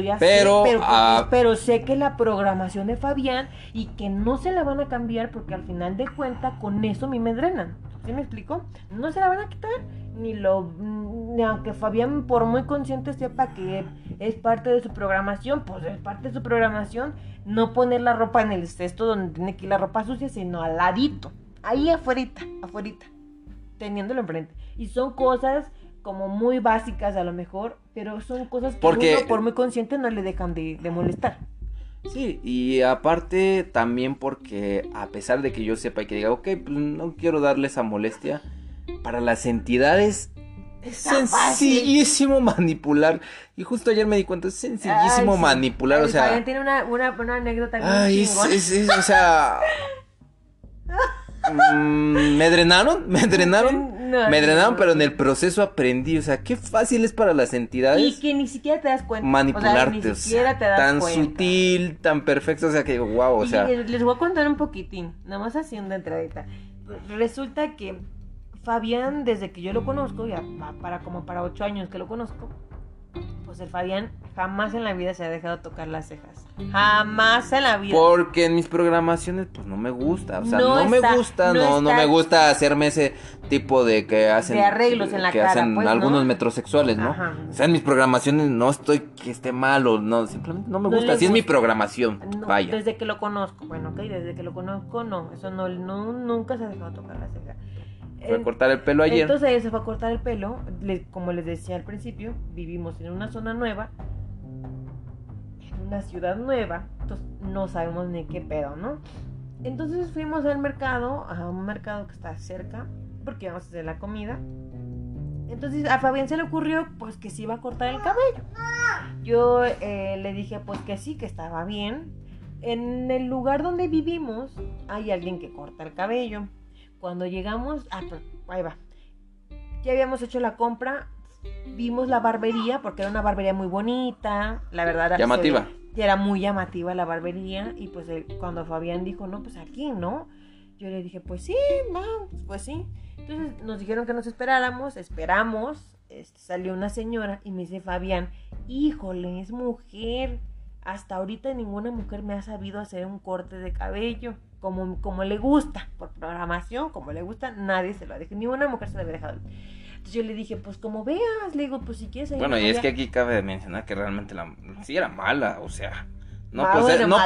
pero sé que la programación de Fabián y que no se la van a cambiar porque al final de cuentas con eso a mí me drenan. ¿Sí me explico? No se la van a quitar, ni aunque Fabián por muy consciente sepa que es parte de su programación, pues es parte de su programación no poner la ropa en el cesto donde tiene que ir la ropa sucia, sino al ladito, ahí afuerita, teniéndolo enfrente. Y son cosas como muy básicas a lo mejor, pero son cosas que uno por muy consciente no le dejan de molestar. Sí, y aparte también porque a pesar de que yo sepa y que diga, ok, pues no quiero darle esa molestia, para las entidades es sencillísimo manipular. Y justo ayer me di cuenta, es sencillísimo manipular, o sea... Fabián tiene una anécdota bien chingona. O sea... me drenaron, pero en el proceso aprendí, o sea, qué fácil es para las entidades. Y que ni siquiera te das cuenta. Manipularte, ni siquiera te das tan cuenta. sutil, tan perfecto, o sea, que wow, o sea. Les voy a contar un poquitín, nada más haciendo entradita. Resulta que Fabián, desde que yo lo conozco, ya para 8 años que lo conozco, pues el Fabián jamás en la vida se ha dejado tocar las cejas. Jamás en la vida. Porque en mis programaciones, pues no me gusta. O sea, no me gusta hacerme ese tipo de que hacen. De arreglos en la que cara. Hacen pues, algunos metrosexuales, ¿no? Ajá. O sea, en mis programaciones no estoy que esté mal o no. Simplemente no me gusta. Así es mi programación. No, vaya. Desde que lo conozco. Bueno, ok, desde que lo conozco, no. Eso nunca se ha dejado tocar la ceja. Fue a cortar el pelo ayer. Entonces se fue a cortar el pelo. Como les decía al principio, vivimos en una zona nueva, en una ciudad nueva. Entonces no sabemos ni qué pedo, ¿no? Entonces fuimos al mercado, a un mercado que está cerca, porque íbamos a hacer la comida. Entonces a Fabián se le ocurrió pues que se iba a cortar el cabello. Yo le dije pues que sí, que estaba bien. En el lugar donde vivimos hay alguien que corta el cabello. Cuando llegamos, ahí va. Ya habíamos hecho la compra, vimos la barbería, porque era una barbería muy bonita, la verdad. Llamativa. Era muy llamativa la barbería, y pues cuando Fabián dijo, no, pues aquí, ¿no? Yo le dije, pues sí, pues sí. Entonces nos dijeron que nos esperamos, salió una señora y me dice Fabián, híjole, es mujer, hasta ahorita ninguna mujer me ha sabido hacer un corte de cabello como le gusta, por programación, como le gusta, nadie se lo ha dejado, ni una mujer se lo había dejado. Entonces yo le dije, pues como veas, le digo, pues si quieres... Bueno, y es que aquí cabe mencionar que realmente sí era mala, o sea... No por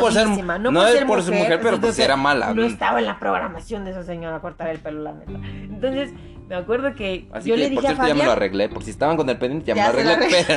ser mujer, pero pues era mala. No estaba en la programación de esa señora cortar el pelo, la neta. Entonces, me acuerdo que así yo que, le dije por cierto, a Fabián... ya me lo arreglé, porque si estaban con el pendiente ya me lo arreglé, pero...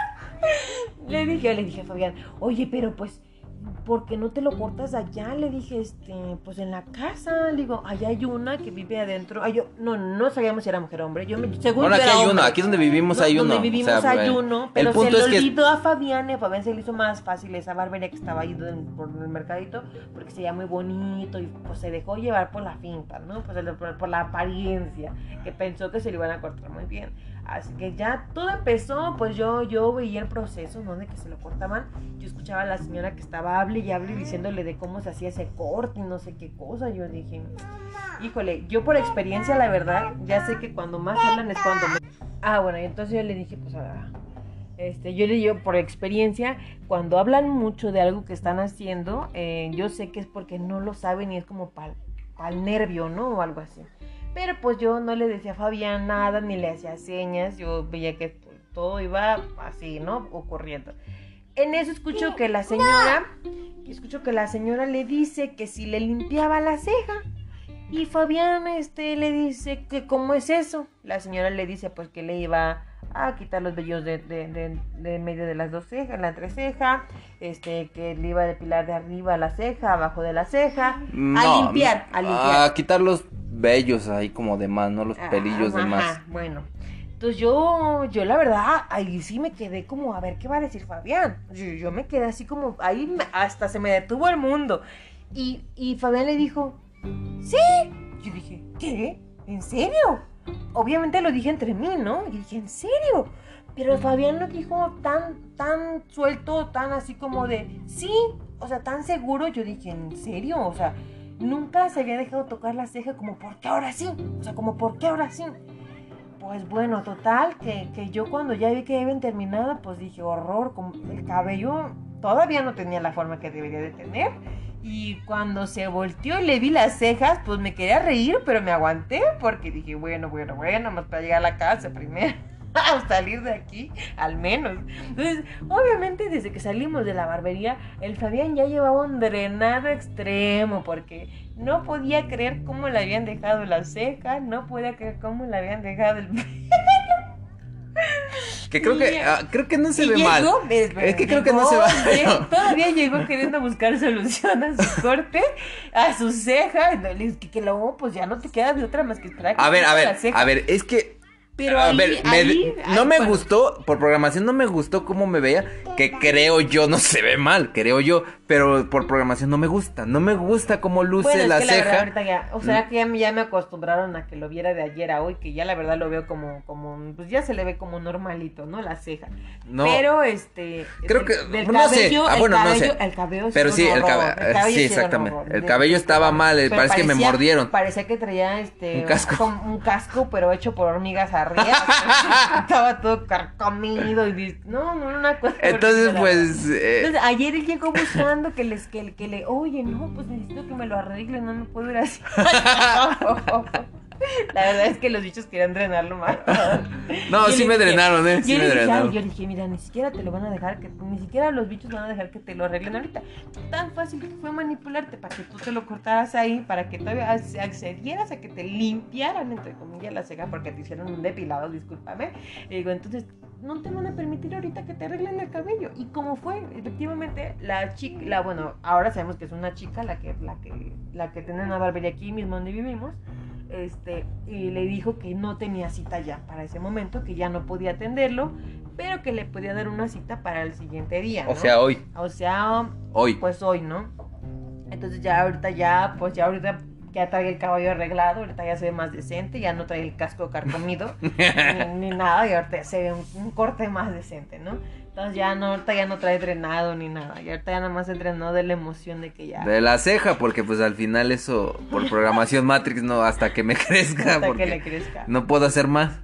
le dije a Fabián, oye, pero pues, ¿por qué no te lo cortas allá? Le dije, pues en la casa. Le digo, allá hay una que vive adentro. Ay, no sabíamos si era mujer o hombre. Según bueno, aquí hay uno, aquí donde vivimos hay uno. Donde vivimos hay uno, pero se le olvidó a Fabián, y a Fabián se le hizo más fácil esa barbería que estaba ahí por el mercadito, porque se veía muy bonito y pues se dejó llevar por la finta, ¿no? Pues por la apariencia, que pensó que se le iban a cortar muy bien. Así que ya todo empezó, pues yo veía el proceso, ¿no? De que se lo cortaban. Yo escuchaba a la señora que estaba hable y hable diciéndole de cómo se hacía ese corte y no sé qué cosa. Yo dije, híjole, yo por experiencia, la verdad, ya sé que cuando más hablan es cuando bueno, y entonces yo le dije, pues yo le digo por experiencia, cuando hablan mucho de algo que están haciendo, yo sé que es porque no lo saben y es como pa'l nervio, ¿no? O algo así. Pero pues yo no le decía a Fabián nada, ni le hacía señas, yo veía que todo iba así, ¿no? Ocurriendo. En eso escucho que la señora le dice que si le limpiaba la ceja. Y Fabián le dice que cómo es eso. La señora le dice pues que le iba a quitar los vellos de medio de las dos cejas, la entreceja, que le iba a depilar de arriba la ceja, abajo de la ceja, a limpiar. A quitar los vellos ahí como de más, no los pelillos de más. Bueno, entonces yo la verdad, ahí sí me quedé como a ver qué va a decir Fabián. Yo me quedé así como, ahí hasta se me detuvo el mundo. Y Fabián le dijo, sí. Yo dije, ¿qué? ¿En serio? Obviamente lo dije entre mí, ¿no? Y dije, ¿en serio? Pero Fabián lo dijo tan suelto, tan así como de, sí, o sea, tan seguro. Yo dije, ¿en serio? O sea, nunca se había dejado tocar la ceja, como, ¿por qué ahora sí? O sea, como, ¿por qué ahora sí? Pues bueno, total, que yo cuando ya vi que habían terminado, pues dije, horror, como el cabello todavía no tenía la forma que debería de tener. Y cuando se volteó y le vi las cejas, pues me quería reír, pero me aguanté porque dije, bueno, más para llegar a la casa primero, a salir de aquí, al menos. Entonces, obviamente, desde que salimos de la barbería, el Fabián ya llevaba un drenado extremo, porque no podía creer cómo le habían dejado las cejas, no podía creer cómo le habían dejado el... Que creo que no se ve mal. Es que creo que no se va. Todavía llegó queriendo buscar solución a su corte, a su ceja. Que luego, pues ya no te queda de otra más que esperar. A ver, es que. Pero no me gustó, por programación no me gustó cómo me veía, que creo yo no se ve mal, creo yo, pero por programación no me gusta cómo luce la ceja. La verdad, ahorita o sea que ya me acostumbraron a que lo viera de ayer a hoy, que ya la verdad lo veo como pues ya se le ve como normalito, ¿no? La ceja. No. Pero creo que del no sé, no sé. El cabello pero sí, el cabello sí, exactamente. El cabello estaba mal, parece que me mordieron. Parecía que traía un casco, pero hecho por hormigas arriba. Estaba todo carcomido y una cosa. Entonces pues entonces ayer él llegó buscando que le oye, no, pues necesito que me lo arregle, no me puedo ir así. La verdad es que los bichos querían drenarlo más. No, sí me drenaron, sí me drenaron. Yo dije, mira, ni siquiera te lo van a dejar, ni siquiera los bichos van a dejar que te lo arreglen ahorita. Tan fácil que fue manipularte para que tú te lo cortaras ahí, para que todavía accedieras a que te limpiaran, entre comillas, la ceja, porque te hicieron un depilado, discúlpame. Y digo, entonces, no te van a permitir ahorita que te arreglen el cabello. Y como fue, efectivamente, la chica, bueno, ahora sabemos que es una chica la que tiene una barbería aquí mismo donde vivimos. Y le dijo que no tenía cita ya para ese momento, que ya no podía atenderlo, pero que le podía dar una cita para el siguiente día, ¿no? O sea, hoy. Hoy. Pues hoy, ¿no? Entonces ahorita ya trae el cabello arreglado, ahorita ya se ve más decente, ya no trae el casco carcomido, ni nada, y ahorita ya se ve un corte más decente, ¿no? Entonces ahorita ya no trae drenado ni nada, y ahorita ya nada más se drenó de la emoción de que ya... De la ceja, porque pues al final eso, por programación Matrix, no, hasta que me crezca, hasta porque que le crezca. No puedo hacer más.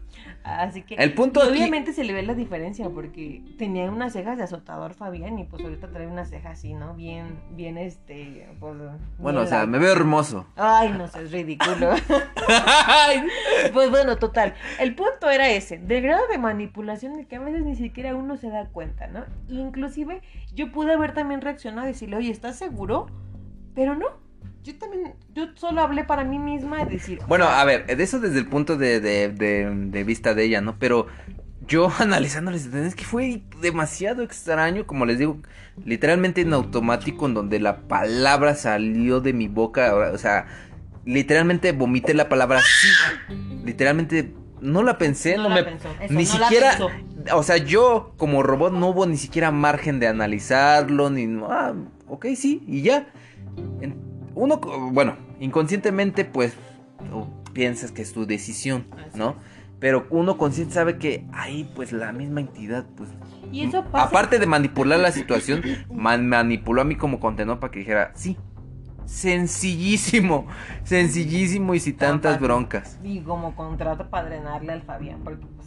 Así que el punto y aquí... obviamente se le ve la diferencia porque tenía unas cejas de azotador Fabián y pues ahorita trae una ceja así, ¿no? Bien, pues... Bueno, bien o sea, larga. me veo hermoso. Ay, no sé, es ridículo. Pues bueno, total. El punto era ese, del grado de manipulación de que a veces ni siquiera uno se da cuenta, ¿no? Inclusive yo pude haber también reaccionado y decirle, oye, ¿estás seguro? Pero no. Yo solo hablé para mí misma y decir... Bueno, a ver, de eso desde el punto de vista de ella, ¿no? Pero yo analizándoles, es que fue demasiado extraño, como les digo, literalmente en automático, en donde la palabra salió de mi boca, o sea, literalmente vomité la palabra sí, literalmente no la pensé, no la pensó, eso, ni no siquiera, la pensó. O sea, yo como robot no hubo ni siquiera margen de analizarlo, ok, sí, y ya. Uno, bueno, inconscientemente pues piensas que es tu decisión, ¿no? Pero uno consciente sabe que ahí pues la misma entidad pues... Y eso pasa... Aparte de manipular la situación, manipuló a mí como contenedor para que dijera, sí, sencillísimo y sin tantas broncas. Y como contrato para drenarle al Fabián, porque pues...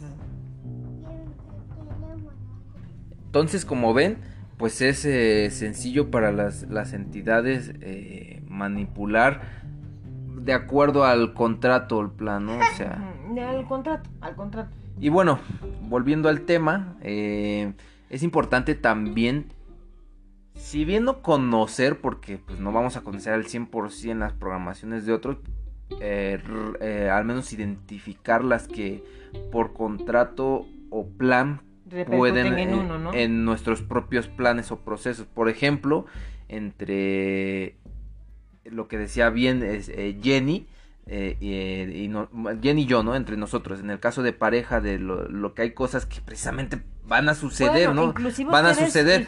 Entonces, como ven, pues es sencillo para las entidades manipular de acuerdo al contrato, el plan, ¿no? O sea... al contrato. Y bueno, volviendo al tema, es importante también, si bien no conocer, porque pues no vamos a conocer al 100% las programaciones de otros, al menos identificar las que por contrato o plan pueden en uno, ¿no? En nuestros propios planes o procesos. Por ejemplo, entre lo que decía bien es Jenny, Jenny y yo, ¿no? Entre nosotros, en el caso de pareja, de lo que hay cosas que precisamente van a suceder, bueno, ¿no? Van a suceder.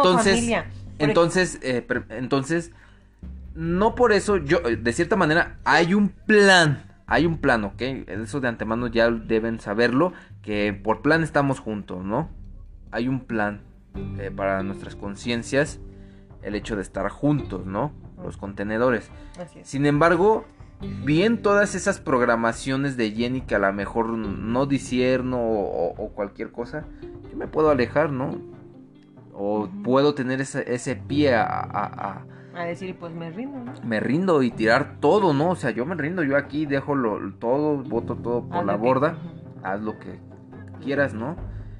Entonces, no por eso, yo, de cierta manera, hay un plan, ¿ok? Eso de antemano ya deben saberlo, que por plan estamos juntos, ¿no? Hay un plan para nuestras conciencias, el hecho de estar juntos, ¿no? Los contenedores. Así es. Sin embargo, bien todas esas programaciones de Jenny que a lo mejor no discierno o cualquier cosa, yo me puedo alejar, ¿no? O puedo tener ese pie a decir, pues me rindo, ¿no? Me rindo y tirar todo, ¿no? O sea, yo me rindo, yo aquí dejo todo, boto todo por la borda. Haz lo que quieras, ¿no?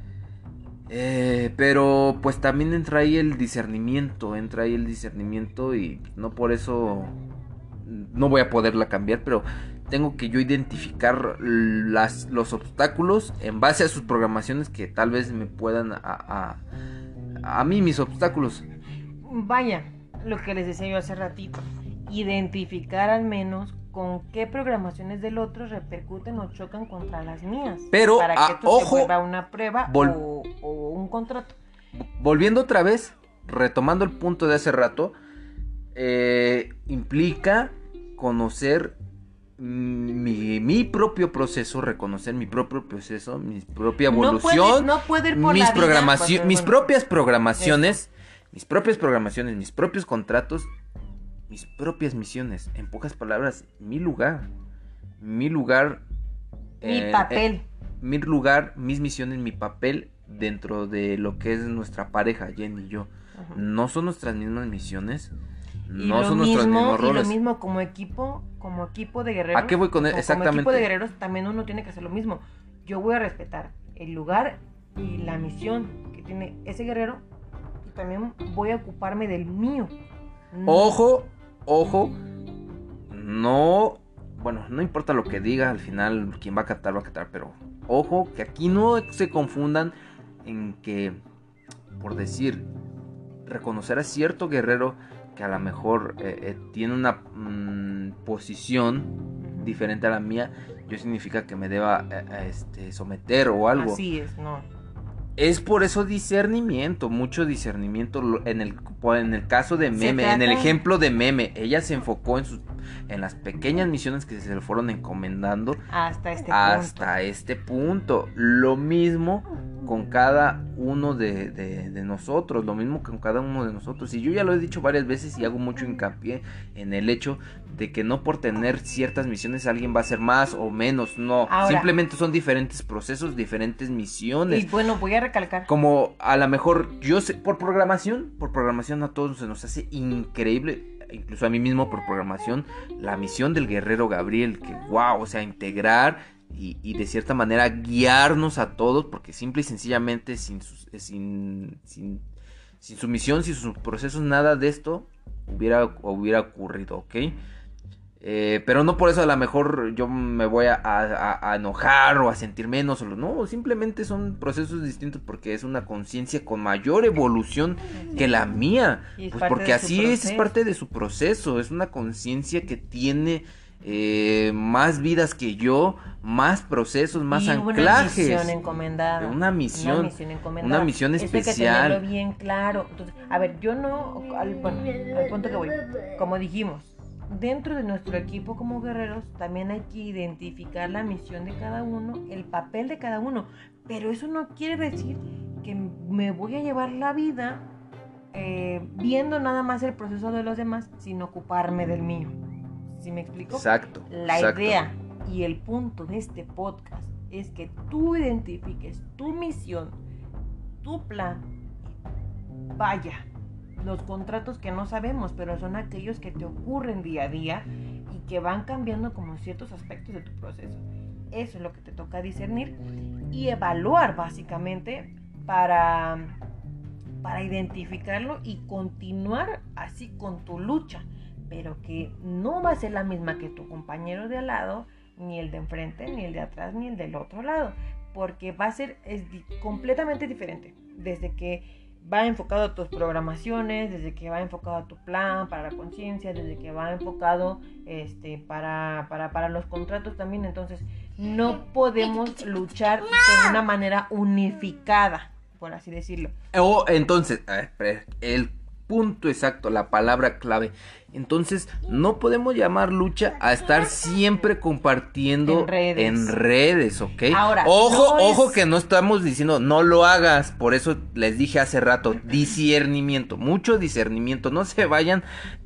Pero pues también entra ahí el discernimiento y no por eso no voy a poderla cambiar, pero tengo que yo identificar los obstáculos en base a sus programaciones que tal vez me puedan a mí mis obstáculos. Vaya, lo que les decía yo hace ratito, identificar al menos con qué programaciones del otro repercuten o chocan contra las mías. Pero, para que esto ojo, se vuelva una prueba o un contrato. Volviendo otra vez, retomando el punto de hace rato, implica conocer mi propio proceso, reconocer mi propio proceso, mi propia evolución, no puede ir por la vida, mis propias programaciones, mis propios contratos, mis propias misiones. En pocas palabras, mi lugar, mi papel, mis misiones, mi papel dentro de lo que es nuestra pareja, Jenny y yo. No son nuestras mismas misiones. No son nuestros mismos roles. Y lo mismo como equipo de guerreros. ¿A qué voy con exactamente? Como equipo de guerreros también uno tiene que hacer lo mismo. Yo voy a respetar el lugar y la misión que tiene ese guerrero y también voy a ocuparme del mío. Ojo, no, bueno, no importa lo que diga, al final quien va a captar, pero ojo, que aquí no se confundan en que, por decir, reconocer a cierto guerrero que a lo mejor tiene una posición diferente a la mía, yo significa que me deba someter o algo. Así es, no. Es por eso discernimiento, mucho discernimiento en el caso de Meme, en el ejemplo de Meme, ella se enfocó en las pequeñas misiones que se le fueron encomendando hasta este punto. Lo mismo con cada uno de nosotros, lo mismo con cada uno de nosotros. Y yo ya lo he dicho varias veces y hago mucho hincapié en el hecho de que no por tener ciertas misiones alguien va a hacer más o menos, no. Ahora, simplemente son diferentes procesos, diferentes misiones. Y bueno, voy a recalcar. Como a lo mejor, yo sé, por programación a todos se nos hace increíble, incluso a mí mismo por programación, la misión del guerrero Gabriel, que wow, o sea, integrar y de cierta manera guiarnos a todos, porque simple y sencillamente sin su misión, sin sus procesos, nada de esto hubiera ocurrido, ¿ok? Pero no por eso a lo mejor yo me voy a enojar o a sentir menos, no, simplemente son procesos distintos porque es una conciencia con mayor evolución que la mía, pues porque así es parte de su proceso, es una conciencia que tiene más vidas que yo, más procesos, más anclajes. Una misión encomendada. Una misión especial. Eso hay que tenerlo bien claro. Entonces, a ver, yo no, al punto que voy, como dijimos, dentro de nuestro equipo como guerreros también hay que identificar la misión de cada uno, el papel de cada uno, pero eso no quiere decir que me voy a llevar la vida viendo nada más el proceso de los demás sin ocuparme del mío. ¿Sí me explico? Exacto. La idea y el punto de este podcast es que tú identifiques tu misión, tu plan. Vaya, los contratos que no sabemos, pero son aquellos que te ocurren día a día y que van cambiando como ciertos aspectos de tu proceso. Eso es lo que te toca discernir y evaluar básicamente para identificarlo y continuar así con tu lucha, pero que no va a ser la misma que tu compañero de al lado, ni el de enfrente, ni el de atrás, ni el del otro lado, porque va a ser completamente diferente, desde que va enfocado a tus programaciones, desde que va enfocado a tu plan para la conciencia, desde que va enfocado para los contratos también. Entonces no podemos luchar de una manera unificada, por así decirlo. Entonces, el punto exacto, la palabra clave. Entonces, no podemos llamar lucha a estar siempre compartiendo en redes, ¿ok? Ahora, ojo que no estamos diciendo no lo hagas, por eso les dije hace rato, discernimiento, mucho discernimiento, no se vayan,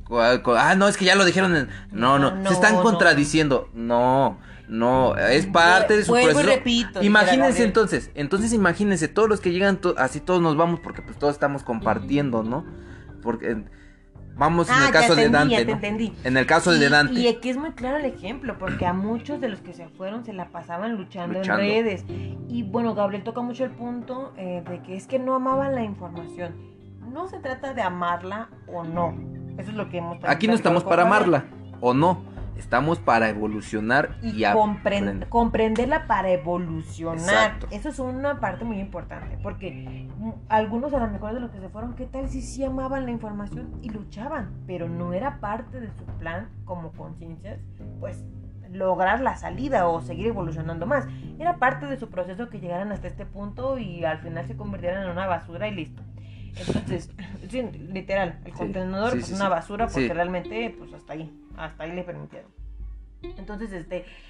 no, es que ya lo dijeron, no, se están contradiciendo, no, es parte de su proceso. Repito, imagínense entonces imagínense, todos los que llegan, así todos nos vamos, porque pues todos estamos compartiendo, ¿no? Porque vamos en el caso de Dante, ¿no? En el caso de Dante. Y aquí es muy claro el ejemplo, porque a muchos de los que se fueron se la pasaban luchando en redes. Y bueno, Gabriel toca mucho el punto de que es que no amaban la información. No se trata de amarla o no. Eso es lo que hemos aquí no estamos para amarla o no. Estamos para evolucionar y comprenderla para evolucionar. Exacto. Eso es una parte muy importante, porque algunos a lo mejor de los que se fueron, ¿qué tal si sí amaban la información y luchaban? Pero no era parte de su plan como conciencias, pues lograr la salida o seguir evolucionando más. Era parte de su proceso que llegaran hasta este punto y al final se convirtieran en una basura y listo. Entonces, sí, literal, el contenedor es una basura porque realmente pues hasta ahí le permitieron. Entonces,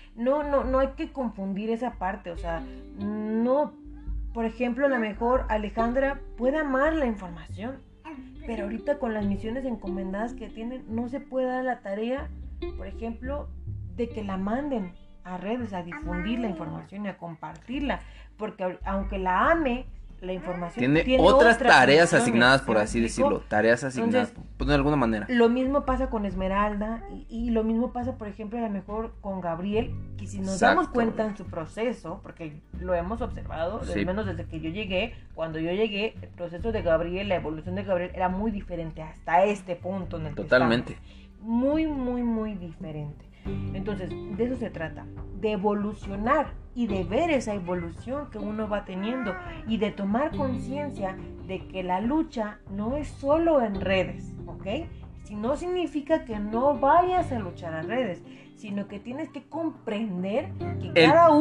no hay que confundir esa parte, o sea, no, por ejemplo, a lo mejor Alejandra puede amar la información, pero ahorita con las misiones encomendadas que tienen, no se puede dar la tarea, por ejemplo, de que la manden a redes, a difundir la información y a compartirla, porque aunque la ame, la información tiene otras tareas asignadas, por así decirlo, tareas asignadas. Entonces, pues de alguna manera. Lo mismo pasa con Esmeralda y lo mismo pasa, por ejemplo, a lo mejor con Gabriel, que si nos damos cuenta en su proceso, porque lo hemos observado, al menos desde que yo llegué, cuando yo llegué, el proceso de Gabriel, la evolución de Gabriel era muy diferente hasta este punto en el que totalmente. Estamos. Muy, muy, muy diferente. Entonces, de eso se trata, de evolucionar y de ver esa evolución que uno va teniendo y de tomar conciencia de que la lucha no es solo en redes, ¿ok? Si no significa que no vayas a luchar en redes, sino que tienes que comprender que cada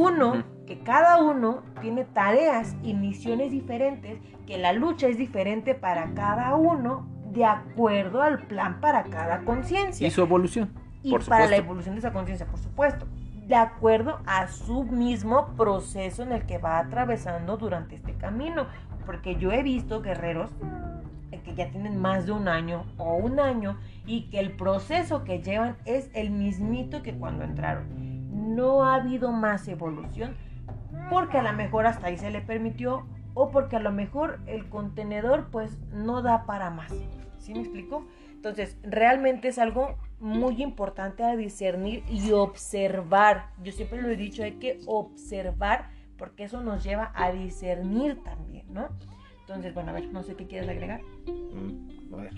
uno tiene tareas y misiones diferentes, que la lucha es diferente para cada uno de acuerdo al plan para cada conciencia. Y su evolución. Y para la evolución de esa conciencia, por supuesto. de acuerdo a su mismo proceso en el que va atravesando durante este camino. Porque yo he visto guerreros que ya tienen más de un año o un año y que el proceso que llevan es el mismito que cuando entraron. No ha habido más evolución porque a lo mejor hasta ahí se le permitió o porque a lo mejor el contenedor pues no da para más. ¿Sí me explico? Entonces, realmente es algo muy importante a discernir y observar. Yo siempre lo he dicho, hay que observar porque eso nos lleva a discernir también, ¿no? Entonces, bueno, a ver, no sé qué quieres agregar. A ver.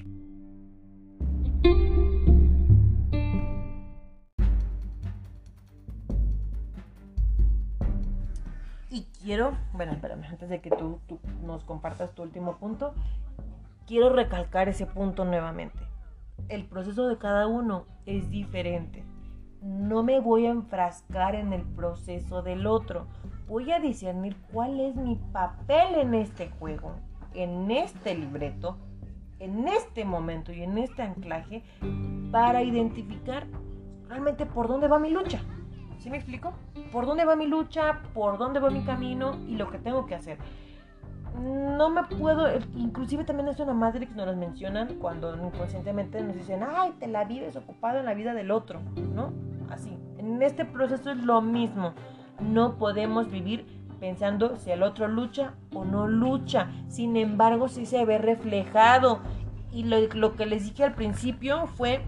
Y quiero, bueno, espérame, antes de que tú nos compartas tu último punto, quiero recalcar ese punto nuevamente. El proceso de cada uno es diferente. No me voy a enfrascar en el proceso del otro. Voy a discernir cuál es mi papel en este juego, en este libreto, en este momento y en este anclaje para identificar realmente por dónde va mi lucha. ¿Sí me explico? ¿Por dónde va mi lucha? ¿Por dónde va mi camino? Y lo que tengo que hacer. No me puedo, inclusive también es una madre que nos los mencionan cuando inconscientemente nos dicen, ay, te la vives ocupado en la vida del otro, ¿no? Así, en este proceso es lo mismo. No podemos vivir pensando si el otro lucha o no lucha. Sin embargo, sí se ve reflejado. Y lo que les dije al principio fue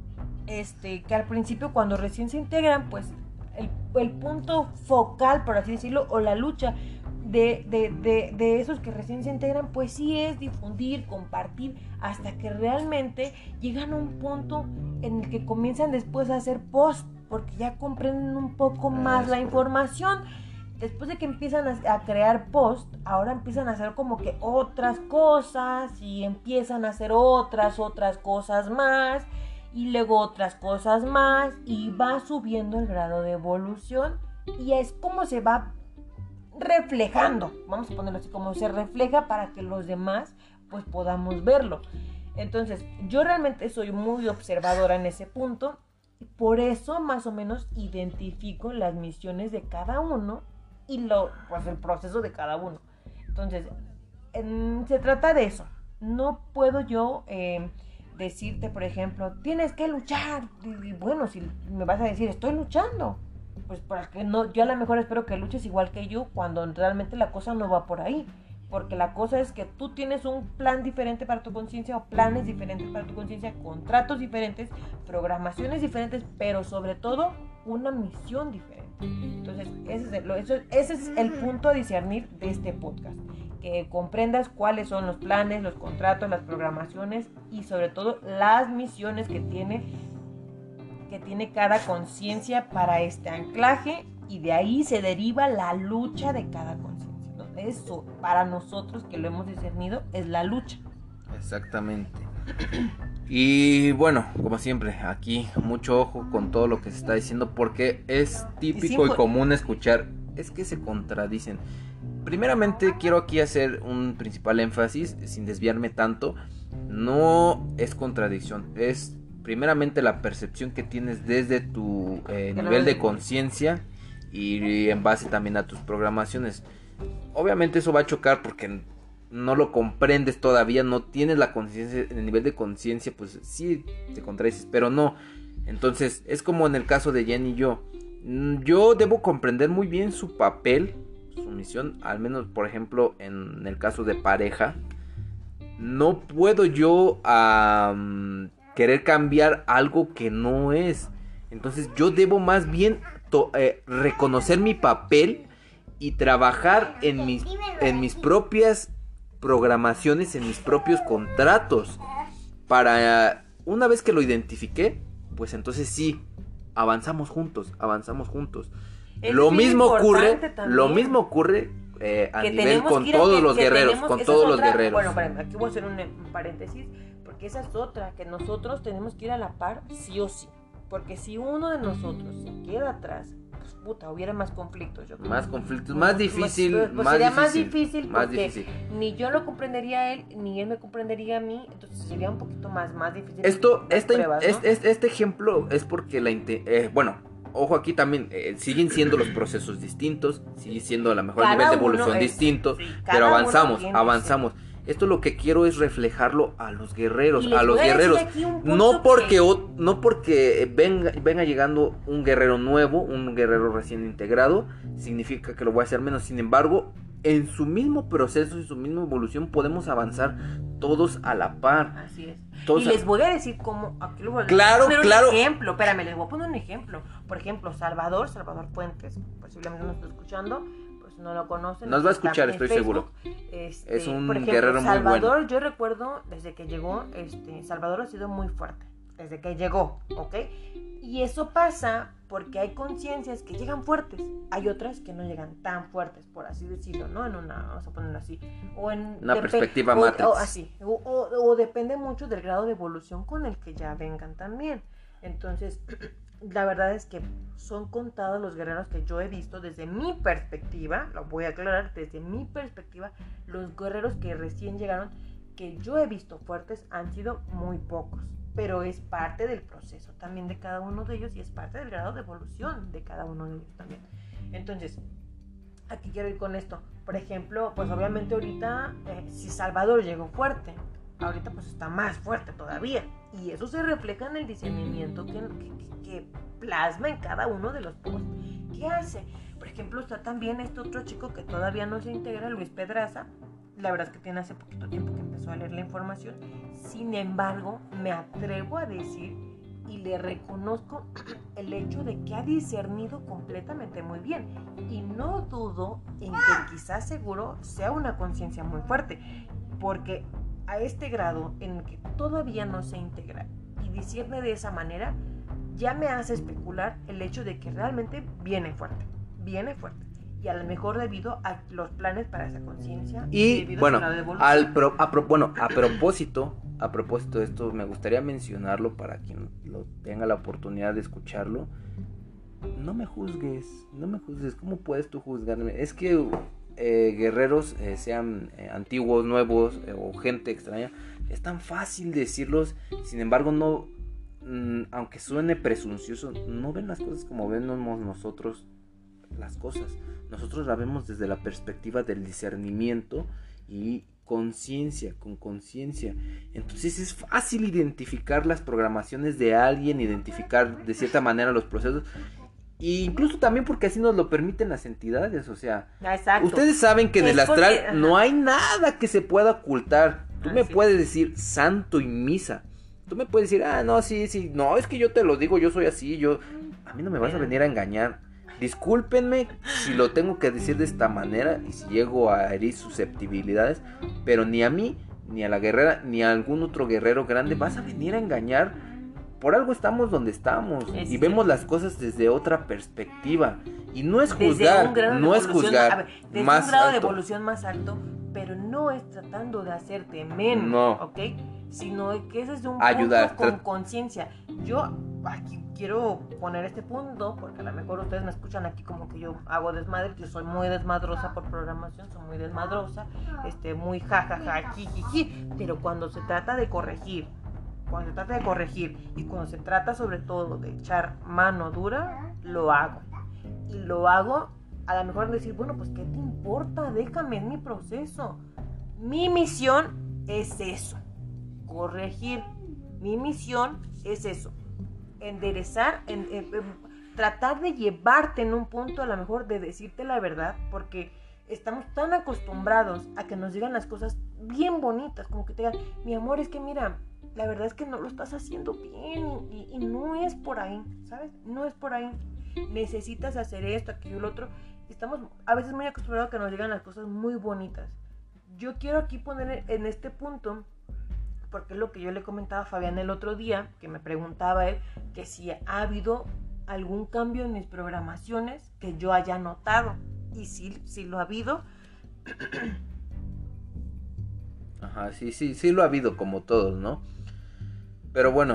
que al principio cuando recién se integran, pues el punto focal, por así decirlo, o la lucha de esos que recién se integran, pues sí es difundir, compartir, hasta que realmente llegan a un punto en el que comienzan después a hacer post, porque ya comprenden un poco más la información. Después de que empiezan a crear post, ahora empiezan a hacer como que otras cosas y empiezan a hacer otras cosas más y luego otras cosas más y va subiendo el grado de evolución y es como se va reflejando, vamos a ponerlo así, como se refleja para que los demás pues podamos verlo. Entonces yo realmente soy muy observadora en ese punto y por eso más o menos identifico las misiones de cada uno y pues el proceso de cada uno. Entonces se trata de eso. No puedo yo decirte, por ejemplo, tienes que luchar. Y bueno, si me vas a decir, estoy luchando, pues para que no, yo a lo mejor espero que luches igual que yo cuando realmente la cosa no va por ahí. Porque la cosa es que tú tienes un plan diferente para tu conciencia o planes diferentes para tu conciencia, contratos diferentes, programaciones diferentes, pero sobre todo una misión diferente. Entonces, ese es el punto a discernir de este podcast. Que comprendas cuáles son los planes, los contratos, las programaciones y sobre todo las misiones que tiene cada conciencia para este anclaje y de ahí se deriva la lucha de cada conciencia. Eso, para nosotros que lo hemos discernido, es la lucha. Exactamente. Y bueno, como siempre, aquí mucho ojo con todo lo que se está diciendo porque es típico y común escuchar, es que se contradicen. Primeramente quiero aquí hacer un principal énfasis, sin desviarme tanto, no es contradicción, es primeramente la percepción que tienes desde tu nivel de conciencia y en base también a tus programaciones. Obviamente eso va a chocar porque no lo comprendes todavía, no tienes la conciencia, en el nivel de conciencia, pues sí te contradices, pero no. Entonces es como en el caso de Jen y yo debo comprender muy bien su papel, su misión, al menos por ejemplo en el caso de pareja. No puedo yo querer cambiar algo que no es. Entonces yo debo más bien reconocer mi papel y trabajar en mis propias programaciones, en mis propios contratos. Para una vez que lo identifiqué, pues entonces sí, avanzamos juntos. Lo mismo ocurre a nivel con todos los guerreros, Bueno, aquí voy a hacer un paréntesis, porque esa es otra, que nosotros tenemos que ir a la par sí o sí, porque si uno de nosotros se queda atrás, pues puta, hubiera más conflictos. Más difícil, sería más difícil porque ni yo lo comprendería a él, ni él me comprendería a mí, entonces sería un poquito más difícil. Este ejemplo es porque ojo aquí también, siguen siendo los procesos distintos, sigue siendo a lo mejor el Cada nivel de uno evolución es- distinto, sí, pero cada uno avanzamos, tiene, avanzamos. Esto lo que quiero es reflejarlo a los guerreros, Y les a los voy a decir guerreros. aquí un punto No porque, que- no porque venga llegando un guerrero nuevo, un guerrero recién integrado, significa que lo voy a hacer menos. Sin embargo, en su mismo proceso, en su misma evolución, podemos avanzar todos a la par. Así es. Todos Y les voy a decir cómo. Aquí lo voy a Claro, poner claro. un ejemplo. Espérame, les voy a poner un ejemplo. Por ejemplo, Salvador Fuentes, posiblemente nos está escuchando, pues no lo conocen. Nos va a está escuchar, en estoy Facebook. seguro. Es un por ejemplo, guerrero muy Salvador, bueno. yo recuerdo desde que llegó, Salvador ha sido muy fuerte. Desde que llegó, ¿ok? Y eso pasa porque hay conciencias que llegan fuertes, hay otras que no llegan tan fuertes, por así decirlo, ¿no? Vamos a ponerlo así, o en Una perspectiva Matrix. o depende mucho del grado de evolución con el que ya vengan también. Entonces, la verdad es que son contados los guerreros que yo he visto desde mi perspectiva, lo voy a aclarar, desde mi perspectiva, los guerreros que recién llegaron, que yo he visto fuertes, han sido muy pocos. Pero es parte del proceso también de cada uno de ellos y es parte del grado de evolución de cada uno de ellos también. Entonces, aquí quiero ir con esto. Por ejemplo, pues obviamente ahorita, si Salvador llegó fuerte, ahorita pues está más fuerte todavía. Y eso se refleja en el discernimiento que plasma en cada uno de los posts que hace. Por ejemplo, está también este otro chico que todavía no se integra, Luis Pedraza. La verdad es que tiene hace poquito tiempo que empezó a leer la información. Sin embargo, me atrevo a decir y le reconozco el hecho de que ha discernido completamente muy bien. Y no dudo en que quizás seguro sea una conciencia muy fuerte. Porque a este grado en el que todavía no se integra y discierne de esa manera, ya me hace especular el hecho de que realmente viene fuerte. Viene fuerte. Y a lo mejor debido a los planes para esa conciencia. Y bueno, a propósito de esto, me gustaría mencionarlo para quien lo tenga la oportunidad de escucharlo. No me juzgues, ¿cómo puedes tú juzgarme? Es que guerreros, sean antiguos, nuevos, o gente extraña, es tan fácil decirlos. Sin embargo, no, aunque suene presuncioso, no ven las cosas como vemos nosotros las cosas. Nosotros la vemos desde la perspectiva del discernimiento y conciencia, con conciencia. Entonces es fácil identificar las programaciones de alguien, identificar de cierta manera los procesos, e incluso también porque así nos lo permiten las entidades. O sea, exacto. Ustedes saben que en el astral porque, no hay nada que se pueda ocultar. Tú me así puedes decir santo y misa. Tú me puedes decir, no, sí, no, es que yo te lo digo, yo soy así, a mí no me vas a venir a engañar. Discúlpenme si lo tengo que decir de esta manera y si llego a herir susceptibilidades, pero ni a mí, ni a la guerrera, ni a algún otro guerrero grande vas a venir a engañar. Por algo estamos donde estamos y vemos las cosas desde otra perspectiva. Y no es juzgar, no es juzgar. Desde un grado de evolución más alto, pero no es tratando de hacerte menos, no. ¿ok? Sino que ese es un ayudar, punto con conciencia. Yo aquí quiero poner este punto, porque a lo mejor ustedes me escuchan aquí como que yo hago desmadre. Yo soy muy desmadrosa por programación, soy muy desmadrosa, muy jajaja, jijiji. Pero cuando se trata de corregir, y cuando se trata sobre todo de echar mano dura, lo hago. Y lo hago a lo mejor decir, bueno, pues ¿qué te importa? Déjame, es mi proceso. Mi misión es eso, corregir. Mi misión es eso, enderezar, tratar de llevarte en un punto a lo mejor de decirte la verdad, porque estamos tan acostumbrados a que nos digan las cosas bien bonitas, como que te digan, mi amor, es que mira, la verdad es que no lo estás haciendo bien y no es por ahí, ¿sabes? No es por ahí. Necesitas hacer esto, aquello, lo otro. Estamos a veces muy acostumbrados a que nos digan las cosas muy bonitas. Yo quiero aquí poner en este punto, porque es lo que yo le comentaba a Fabián el otro día, que me preguntaba él, que si ha habido algún cambio en mis programaciones que yo haya notado. Y sí lo ha habido. Ajá, sí lo ha habido, como todos, ¿no? Pero bueno.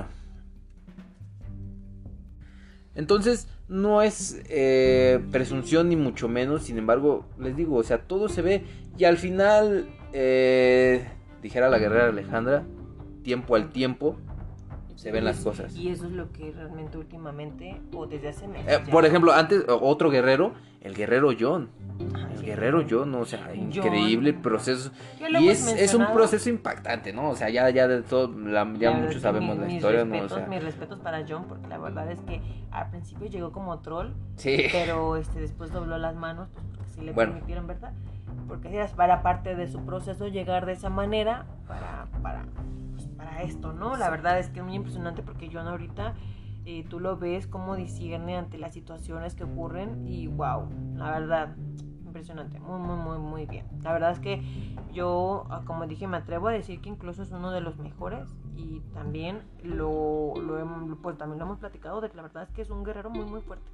Entonces, no es presunción ni mucho menos. Sin embargo, les digo, o sea, todo se ve. Y al final, dijera la guerrera Alejandra, tiempo al tiempo. Y se ven las cosas. Y eso es lo que realmente últimamente, o desde hace meses. Por ejemplo, antes, otro guerrero, el guerrero John. El guerrero John, o sea, increíble proceso. Y es un proceso impactante, ¿no? O sea, ya de todo, ya muchos sabemos la historia, ¿no? O sea, mis respetos para John, porque la verdad es que al principio llegó como troll, sí. Pero después dobló las manos, pues porque sí le permitieron, ¿verdad? Porque era parte de su proceso llegar de esa manera para esto, ¿no? La verdad es que es muy impresionante porque John ahorita tú lo ves cómo discierne ante las situaciones que ocurren y wow, la verdad, impresionante, muy, muy, muy, muy bien. La verdad es que yo, como dije, me atrevo a decir que incluso es uno de los mejores y también también lo hemos platicado de que la verdad es que es un guerrero muy, muy fuerte.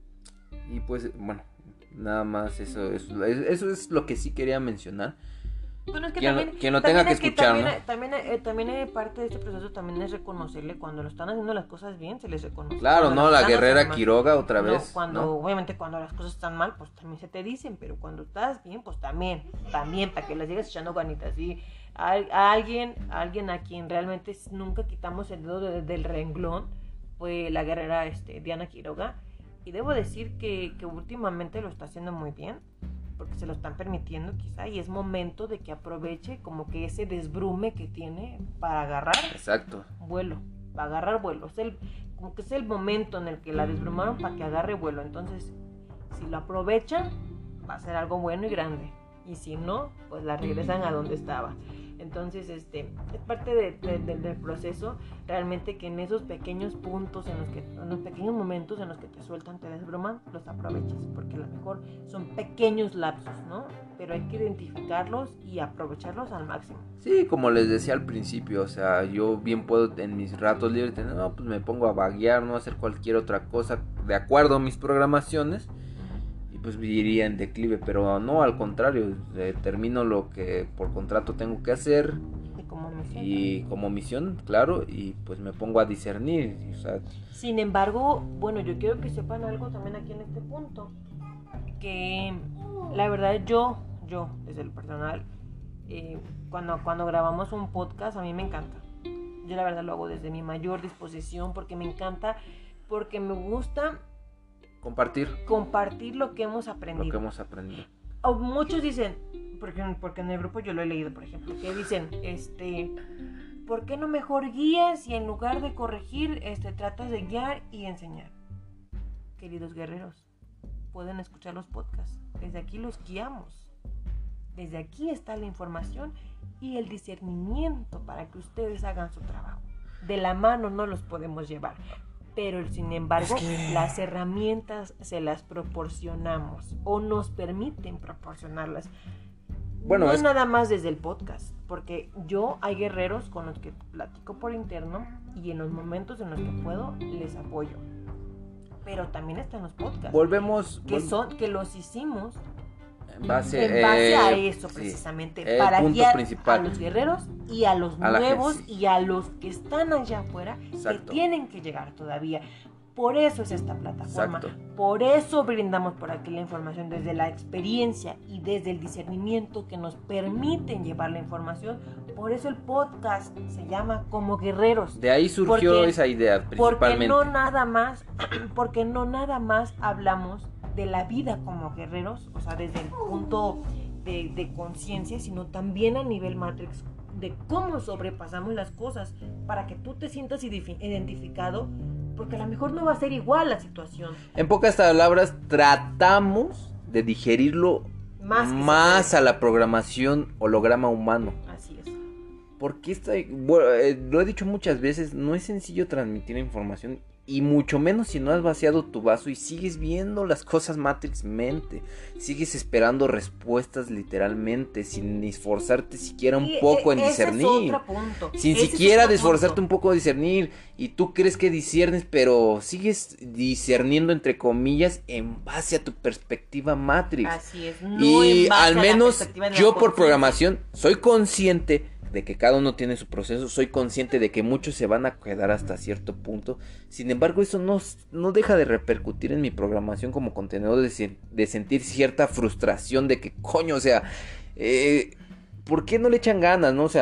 Y pues, bueno, nada más eso es lo que sí quería mencionar. Bueno, es que quien lo tenga que escuchar, ¿no? También parte de este proceso también es reconocerle cuando lo están haciendo las cosas bien, se les reconoce. Claro, no, la guerrera Quiroga otra vez. Obviamente cuando las cosas están mal, pues también se te dicen, pero cuando estás bien, pues también, para que las sigas echando ganitas. Y a alguien a quien realmente nunca quitamos el dedo del renglón fue la guerrera Diana Quiroga. Y debo decir que últimamente lo está haciendo muy bien, porque se lo están permitiendo quizá, y es momento de que aproveche como que ese desbrume que tiene para agarrar vuelo, para agarrar vuelo. Como que es el momento en el que la desbrumaron para que agarre vuelo. Entonces, si lo aprovechan, va a ser algo bueno y grande. Y si no, pues la regresan a donde estaba. Entonces, es parte del proceso, realmente que en esos pequeños puntos, en los pequeños momentos en los que te sueltan, te desbruman, los aproveches, porque a lo mejor son pequeños lapsos, ¿no? Pero hay que identificarlos y aprovecharlos al máximo. Sí, como les decía al principio, o sea, yo bien puedo en mis ratos libres pues me pongo a vaguear, no hacer cualquier otra cosa de acuerdo a mis programaciones. Pues iría en declive, pero no, al contrario, termino lo que por contrato tengo que hacer como misión, claro, y pues me pongo a discernir, o sea. Sin embargo, bueno, yo quiero que sepan algo también aquí en este punto, que la verdad yo desde el personal, cuando grabamos un podcast a mí me encanta. Yo la verdad lo hago desde mi mayor disposición porque me encanta, porque me gusta compartir lo que hemos aprendido. O muchos dicen, porque en el grupo yo lo he leído, por ejemplo, que dicen, ¿por qué no mejor guías y en lugar de corregir, tratas de guiar y enseñar? Queridos guerreros, pueden escuchar los podcasts. Desde aquí los guiamos. Desde aquí está la información y el discernimiento para que ustedes hagan su trabajo. De la mano no los podemos llevar. Pero sin embargo, las herramientas se las proporcionamos o nos permiten proporcionarlas. Bueno, no es nada más desde el podcast, porque hay guerreros con los que platico por interno y en los momentos en los que puedo les apoyo. Pero también están los podcasts. Que los hicimos en base a eso precisamente, para guiar principal a los guerreros y a los nuevos y a los que están allá afuera. Exacto. Que tienen que llegar todavía. Por eso es esta plataforma. Exacto. Por eso brindamos por aquí la información desde la experiencia y desde el discernimiento que nos permiten llevar la información. Por eso el podcast se llama Como Guerreros. De ahí surgió esa idea principalmente. Porque no nada más hablamos de la vida como guerreros, o sea, desde el punto de conciencia, sino también a nivel Matrix, de cómo sobrepasamos las cosas para que tú te sientas identificado, porque a lo mejor no va a ser igual la situación. En pocas palabras, tratamos de digerirlo más a la programación holograma humano. Así es. Porque lo he dicho muchas veces, no es sencillo transmitir información. Y mucho menos si no has vaciado tu vaso y sigues viendo las cosas Matrix-mente. Sigues esperando respuestas literalmente, sin esforzarte siquiera un poco en discernir. Es otro punto. Sin siquiera esforzarte un poco en discernir. Y tú crees que disiernes, pero sigues discerniendo entre comillas en base a tu perspectiva Matrix. Así es. Y al menos yo por programación soy consciente de que cada uno tiene su proceso, soy consciente de que muchos se van a quedar hasta cierto punto. Sin embargo, eso no deja de repercutir en mi programación como contenedor, de sentir cierta frustración de que, coño, o sea, ¿por qué no le echan ganas, no? O sea,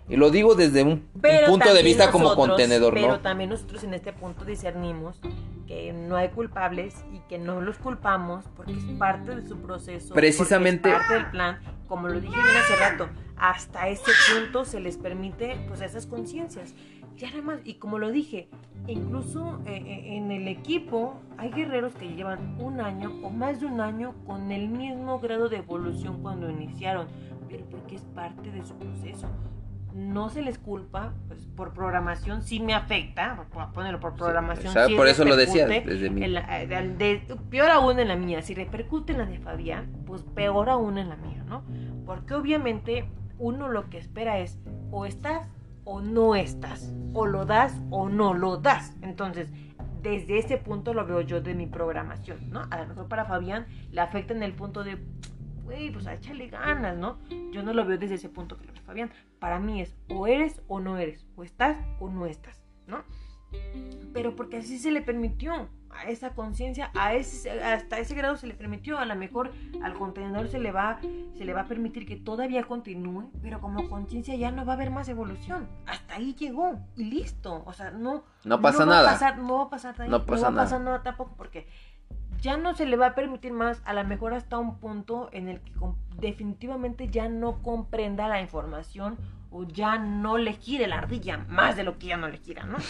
Y lo digo desde un punto de vista como contenedor, ¿no? Pero también nosotros en este punto discernimos que no hay culpables y que no los culpamos porque es parte de su proceso. Precisamente. Es parte del plan. Como lo dije bien hace rato, hasta ese punto se les permite pues esas conciencias. Ya nada más, y como lo dije, incluso en el equipo hay guerreros que llevan 1 año o más de 1 año con el mismo grado de evolución cuando iniciaron, pero porque es parte de su proceso. No se les culpa, pues por programación sí me afecta, ponerlo por programación. Sí, o sea, sí por eso lo decía desde mí. Peor aún en la mía, si repercute en la de Fabián, pues peor aún en la mía, ¿no? Porque obviamente uno lo que espera es o estás o no estás, o lo das o no lo das. Entonces, desde ese punto lo veo yo de mi programación, ¿no? A lo mejor para Fabián le afecta en el punto de, güey, pues échale ganas, ¿no? Yo no lo veo desde ese punto que lo ve Fabián. Para mí es o eres o no eres, o estás o no estás, ¿no? Pero porque así se le permitió a esa conciencia, hasta ese grado se le permitió. A lo mejor al contenedor se le va a permitir que todavía continúe, pero como conciencia ya no va a haber más evolución. Hasta ahí llegó y listo. O sea, no pasa nada. No va a pasar de ahí. No pasa nada tampoco porque ya no se le va a permitir más, a lo mejor hasta un punto en el que definitivamente ya no comprenda la información o ya no le gire la ardilla más de lo que ya no le gira, ¿no?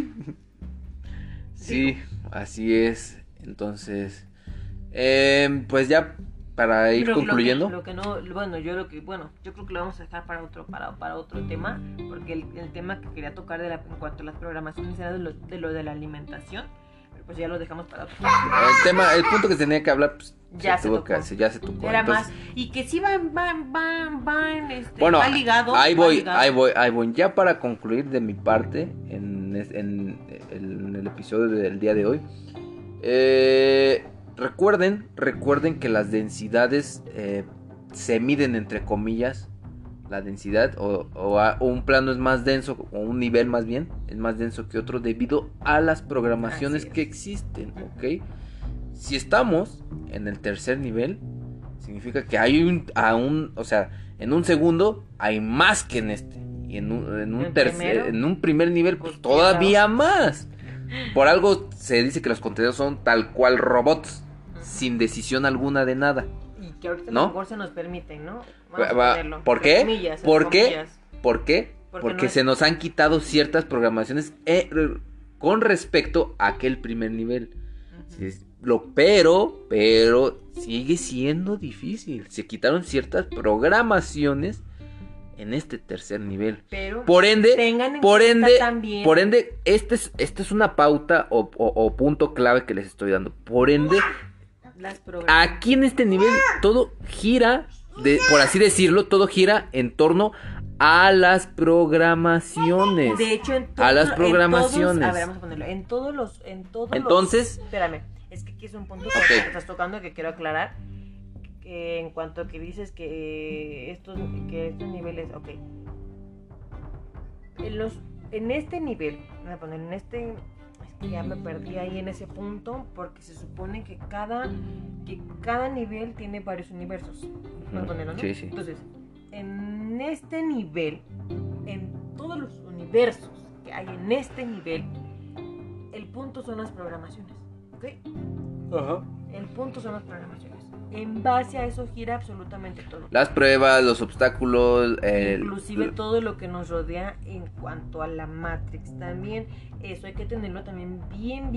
Sí, así es. Entonces, pues ya para ir concluyendo. Yo creo que lo vamos a dejar para otro tema, porque el tema que quería tocar en cuanto a las programaciones era de lo de la alimentación. Pues ya lo dejamos para otro. El punto que tenía que hablar, pues ya se tocó. Era entonces, más. Y que sí va bueno, ligado. Ahí voy. Ya para concluir de mi parte en el episodio del día de hoy. Recuerden que las densidades se miden entre comillas. La densidad o un plano es más denso, o un nivel más bien, es más denso que otro debido a las programaciones que existen, ¿ok? Si estamos en el tercer nivel, significa que hay o sea, en un segundo hay más que en este. Y en un primer nivel, pues todavía más. Por algo se dice que los contenedores son tal cual robots, sin decisión alguna de nada. Que ahorita ¿no? A lo mejor se nos permiten, ¿no? ¿Por qué? Comillas, ¿Por qué? Comillas. ¿Por qué? Porque se nos han quitado ciertas programaciones con respecto a aquel primer nivel. Pero sigue siendo difícil. Se quitaron ciertas programaciones en este tercer nivel. Pero por ende, también. Por ende, esta es una pauta o punto clave que les estoy dando. Por ende, aquí en este nivel todo gira, por así decirlo, todo gira en torno a las programaciones. De hecho, a las programaciones. A ver, vamos a ponerlo. Entonces, espérame, es que aquí es un punto que estás tocando que quiero aclarar. Que en cuanto a que dices que estos niveles, ok. En este nivel, voy a poner en este. Ya me perdí ahí en ese punto porque se supone que cada nivel tiene varios universos. ¿Puedo ponerlo, no? Sí, sí. Entonces, en este nivel, en todos los universos que hay en este nivel, el punto son las programaciones, ¿ok? Ajá. El punto son las programaciones. En base a eso gira absolutamente todo. Las pruebas, los obstáculos, inclusive todo lo que nos rodea en cuanto a la Matrix. También eso hay que tenerlo también bien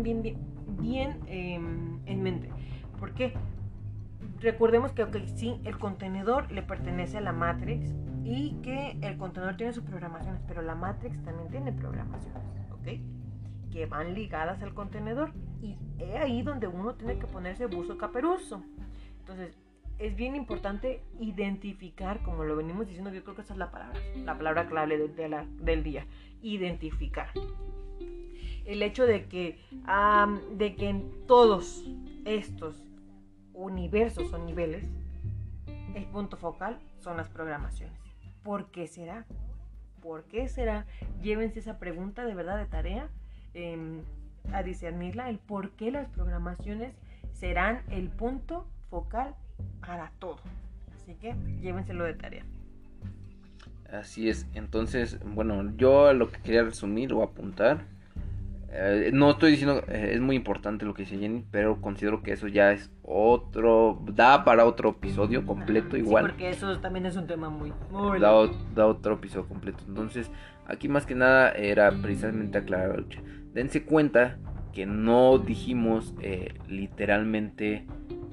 en mente. ¿Por qué? Recordemos que sí, el contenedor le pertenece a la Matrix y que el contenedor tiene sus programaciones, pero la Matrix también tiene programaciones, ¿ok? Que van ligadas al contenedor, y es ahí donde uno tiene que ponerse buzo caperuzo. Entonces es bien importante identificar, como lo venimos diciendo, yo creo que esa es la palabra clave del día: identificar. El hecho de que en todos estos universos o niveles el punto focal son las programaciones. ¿Por qué será? Llévense esa pregunta de verdad de tarea, a discernirla, el por qué las programaciones serán el punto focal para todo. Así que llévenselo de tarea. Así es. Entonces, bueno, yo lo que quería resumir o apuntar, no estoy diciendo, es muy importante lo que dice Jenny, pero considero que eso ya es da para otro episodio completo igual. Sí, porque eso también es un tema muy da otro episodio completo. Entonces, aquí más que nada era precisamente aclarar la lucha. Dense cuenta que no dijimos literalmente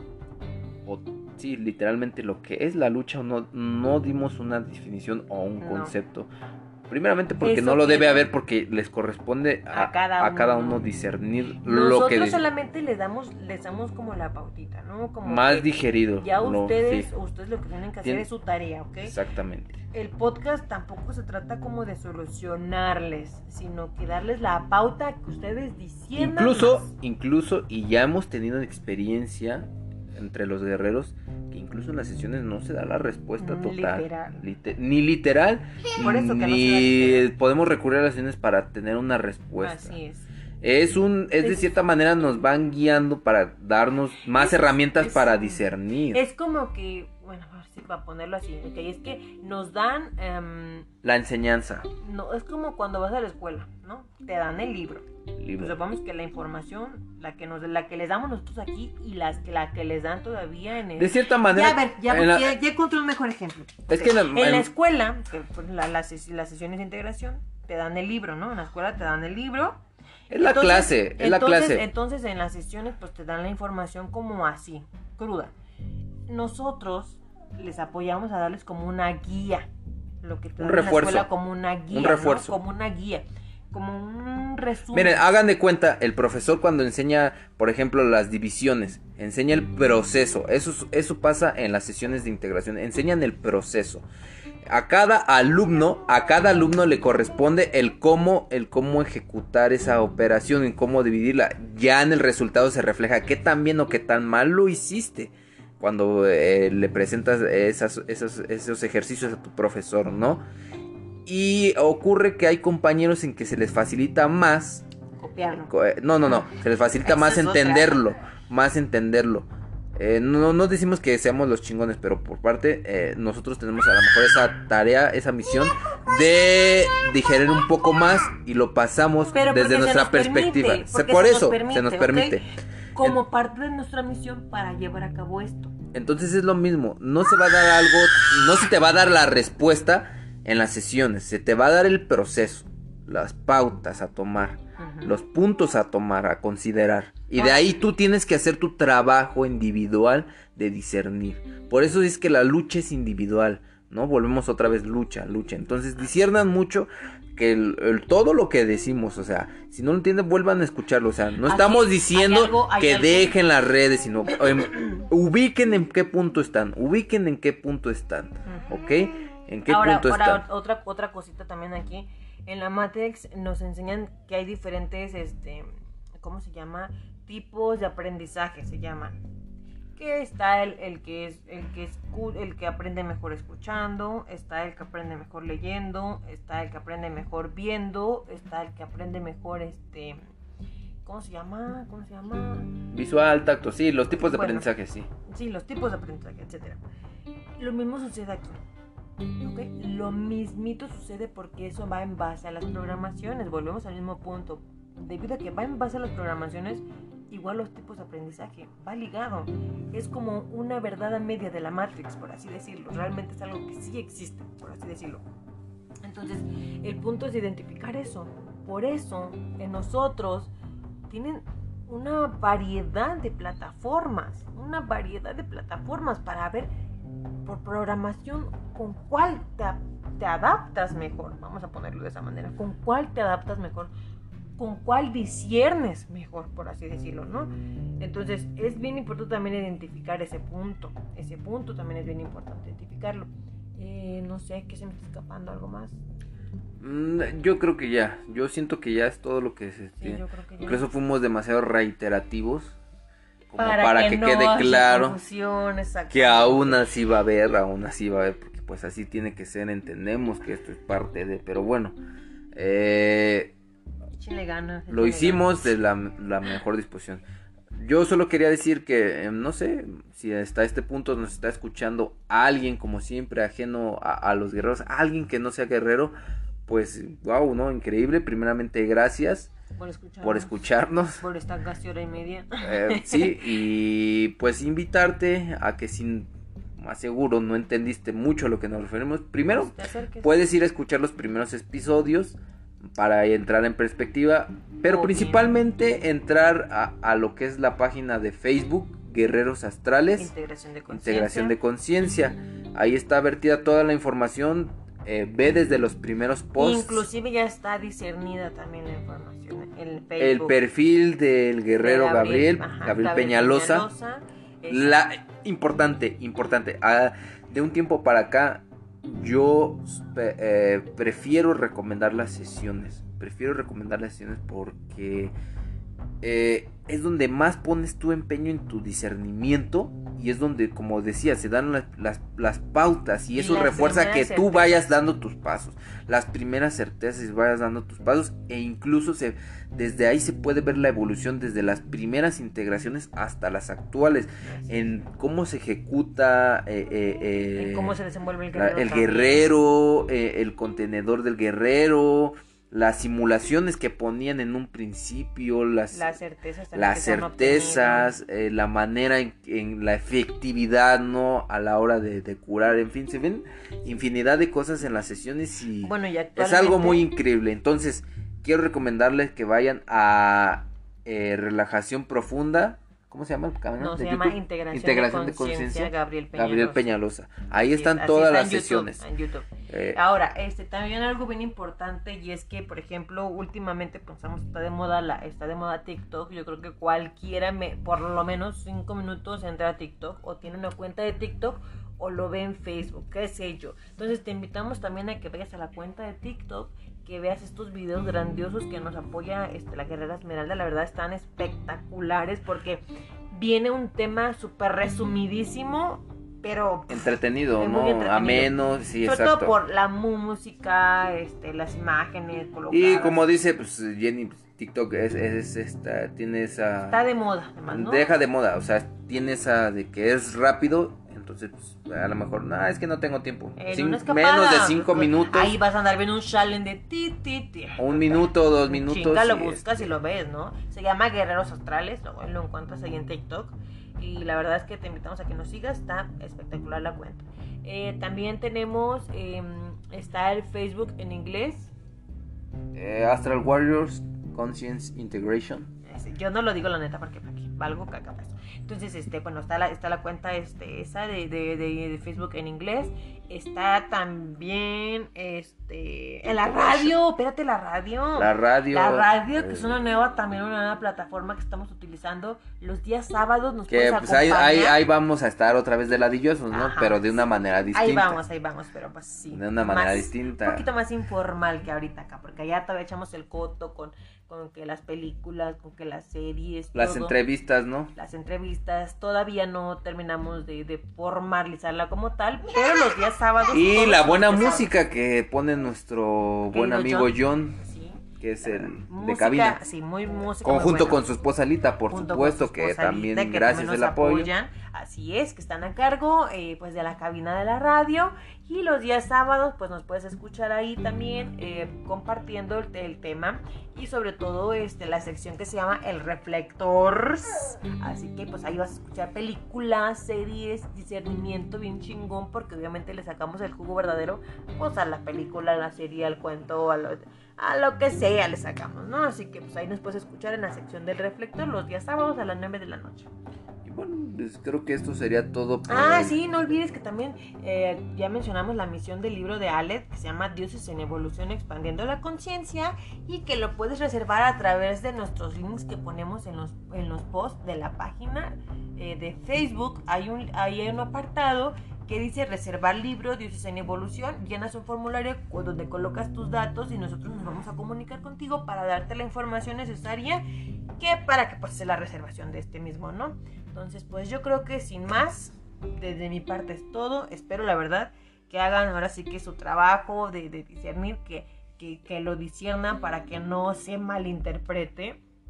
lo que es la lucha, o no dimos una definición o un concepto. Primeramente porque eso no lo debe haber, porque les corresponde a cada uno discernir lo que... Nosotros solamente les damos como la pautita, ¿no? Como más digerido. Ya ustedes lo que tienen que hacer es su tarea, ¿ok? Exactamente. El podcast tampoco se trata como de solucionarles, sino que darles la pauta que ustedes disciernan. Incluso, y ya hemos tenido experiencia entre los guerreros, que incluso en las sesiones no se da la respuesta total. Ni literal, por eso que ni podemos recurrir a las sesiones para tener una respuesta. Así es. Es de cierta manera nos van guiando para darnos más herramientas para discernir. Es como que, bueno, para ponerlo así, ¿okay? Es que nos dan... la enseñanza. No, es como cuando vas a la escuela, ¿no? Te dan el libro. Pues supongamos que la información, la que les damos nosotros aquí y la que les dan todavía en el... De cierta manera... Ya encontré un mejor ejemplo. Es que en la escuela, que las sesiones de integración, te dan el libro, ¿no? En la escuela te dan el libro. Es la clase. Entonces en las sesiones pues te dan la información como así, cruda. Nosotros les apoyamos a darles como una guía. Lo que te dan en la escuela como una guía. Un refuerzo. ¿No? Como una guía. Como un resumen. Miren, hagan de cuenta, el profesor cuando enseña, por ejemplo, las divisiones, enseña el proceso. Eso pasa en las sesiones de integración. Enseñan el proceso. A cada alumno le corresponde el cómo ejecutar esa operación, en cómo dividirla. Ya en el resultado se refleja qué tan bien o qué tan mal lo hiciste cuando le presentas esos ejercicios a tu profesor, ¿no? Y ocurre que hay compañeros en que se les facilita más copiarlo. No, se les facilita más entenderlo. No decimos que seamos los chingones, pero por parte nosotros tenemos a lo mejor esa tarea, esa misión de digerir un poco más y lo pasamos desde nuestra perspectiva. Por eso se nos permite. ¿Okay? Como parte de nuestra misión para llevar a cabo esto. Entonces es lo mismo, no se va a dar algo, no se te va a dar la respuesta en las sesiones, se te va a dar el proceso, las pautas a tomar, los puntos a tomar, a considerar. Y de ahí tú tienes que hacer tu trabajo individual de discernir. Por eso es que la lucha es individual, ¿no? Volvemos otra vez lucha. Entonces disciernan mucho que todo lo que decimos, o sea, si no lo entienden, vuelvan a escucharlo. O sea, no estamos diciendo que dejen las redes, sino ubiquen en qué punto están, ¿ok? ¿En qué punto están? Ahora otra cosita también aquí. En la Matex nos enseñan que hay diferentes, ¿cómo se llama? Tipos de aprendizaje se llaman. Que está el que aprende mejor escuchando, está el que aprende mejor leyendo, está el que aprende mejor viendo, está el que aprende mejor ¿cómo se llama? Visual, tacto, sí, los tipos de aprendizaje, sí. Sí, los tipos de aprendizaje, etcétera. Lo mismo sucede aquí. ¿Okay? Lo mismito sucede porque eso va en base a las programaciones. Volvemos al mismo punto. Debido a que va en base a las programaciones, igual los tipos de aprendizaje va ligado. Es como una verdad a media de la Matrix, por así decirlo. Realmente es algo que sí existe, por así decirlo. Entonces, el punto es identificar eso. Por eso, en nosotros tienen una variedad de plataformas para ver por programación con cuál te adaptas mejor, vamos a ponerlo de esa manera, con cuál te adaptas mejor, con cuál disciernes mejor, por así decirlo, ¿no? Entonces es bien importante también identificar ese punto también es bien importante identificarlo. No sé, ¿qué se me está escapando? ¿Algo más? Yo creo que ya, yo siento que ya es todo lo que se tiene. Yo creo que ya. Incluso fuimos demasiado reiterativos como para que no quede claro que aún así va a haber, porque pues así tiene que ser, entendemos que esto es parte de, pero bueno, échenle ganas, lo hicimos de la mejor disposición. yo solo quería decir que, no sé, si hasta este punto nos está escuchando alguien, como siempre, ajeno a los guerreros, alguien que no sea guerrero, pues, wow, ¿no? Increíble. Primeramente, gracias por escucharnos. Por esta casi hora y media. Sí, y pues invitarte a que sin... Más seguro no entendiste mucho a lo que nos referimos. Primero, puedes ir a escuchar los primeros episodios para entrar en perspectiva, pero principalmente entrar a lo que es la página de Facebook, Guerreros Astrales, Integración de Conciencia. Ahí está vertida toda la información, ve desde los primeros posts. Inclusive ya está discernida también la información en Facebook. El perfil del guerrero Gabriel Peñalosa. Importante, de un tiempo para acá yo prefiero recomendar las sesiones porque es donde más pones tu empeño en tu discernimiento y es donde, como decía, se dan las pautas y eso refuerza que tú vayas dando tus pasos, las primeras certezas y vayas dando tus pasos, e incluso desde ahí se puede ver la evolución desde las primeras integraciones hasta las actuales, en cómo se ejecuta cómo se desenvuelve el guerrero, el contenedor del guerrero, las simulaciones que ponían en un principio, las certezas, la manera en la efectividad, ¿no? A la hora de curar, en fin, se ven infinidad de cosas en las sesiones y es algo muy increíble. Entonces, quiero recomendarles que vayan a Relajación Profunda. ¿Cómo se llama el canal? No, se llama Integración de Conciencia Gabriel Peñalosa. Ahí están todas las sesiones. En YouTube. Ahora, también algo bien importante, y es que, por ejemplo, últimamente pensamos está de moda TikTok. Yo creo que cualquiera, por lo menos 5 minutos entra a TikTok o tiene una cuenta de TikTok o lo ve en Facebook, qué sé yo. Entonces te invitamos también a que vayas a la cuenta de TikTok, que veas estos videos grandiosos que nos apoya la Guerrera Esmeralda. La verdad están espectaculares porque viene un tema súper resumidísimo, pero entretenido, ¿no? Ameno, sí, sobre todo por la música, las imágenes colocadas. Y como dice pues Jenny, TikTok tiene esa... Está de moda, además, ¿no? Deja de moda, o sea, tiene esa de que es rápido. Entonces, pues, a lo mejor, es que no tengo tiempo. Menos de 5 minutos. Ahí vas a andar viendo un challenge de ti. 1 minuto, 2 minutos. Chinga, lo buscas y lo ves, ¿no? Se llama Guerreros Astrales, lo encuentras ahí en TikTok. Y la verdad es que te invitamos a que nos sigas, está espectacular la cuenta. También tenemos, está el Facebook en inglés. Astral Warriors Conscience Integration. Yo no lo digo la neta porque valgo caca para eso. Entonces, está la cuenta esa de Facebook en inglés. Está también en la radio, espérate, la radio, que es una nueva plataforma que estamos utilizando los días sábados. Nos puedes acompañar. Ahí vamos a estar otra vez de ladillosos, ¿no? Ajá, pero de una manera distinta. Ahí vamos, pero pues sí. De una manera distinta. Un poquito más informal que ahorita acá, porque allá todavía echamos el coto con que las películas, con que las series, las entrevistas, ¿no? Las entrevistas, todavía no terminamos de formalizarla como tal, pero los días sábados. Y la buena música que pone nuestro buen amigo John, que es el de cabina. Sí, muy música. Conjunto con su esposa Lita, por supuesto, que también gracias al apoyo. Apoyan. Así es, que están a cargo pues de la cabina de la radio. Y los días sábados pues nos puedes escuchar ahí también compartiendo el tema. Y sobre todo la sección que se llama El Reflector. Así que pues ahí vas a escuchar películas, series, discernimiento bien chingón, porque obviamente le sacamos el jugo verdadero pues a la película, a la serie, al cuento, a lo que sea le sacamos, ¿no? Así que pues ahí nos puedes escuchar en la sección del Reflector los días sábados a las 9 de la noche. Y bueno, pues creo que esto sería todo por sí, no olvides que también ya mencionamos la misión del libro de Aleph, que se llama Dioses en Evolución Expandiendo la Conciencia, y que lo puedes reservar a través de nuestros links que ponemos en los posts de la página de Facebook. Ahí hay un apartado que dice reservar libro Dioses en Evolución. Llenas un formulario donde colocas tus datos y nosotros nos vamos a comunicar contigo para darte la información necesaria para que pases la reservación de este mismo, ¿no? Entonces, pues yo creo que sin más, desde mi parte es todo. Espero, la verdad, que hagan ahora sí que su trabajo de discernir, que lo disciernan para que no se malinterprete.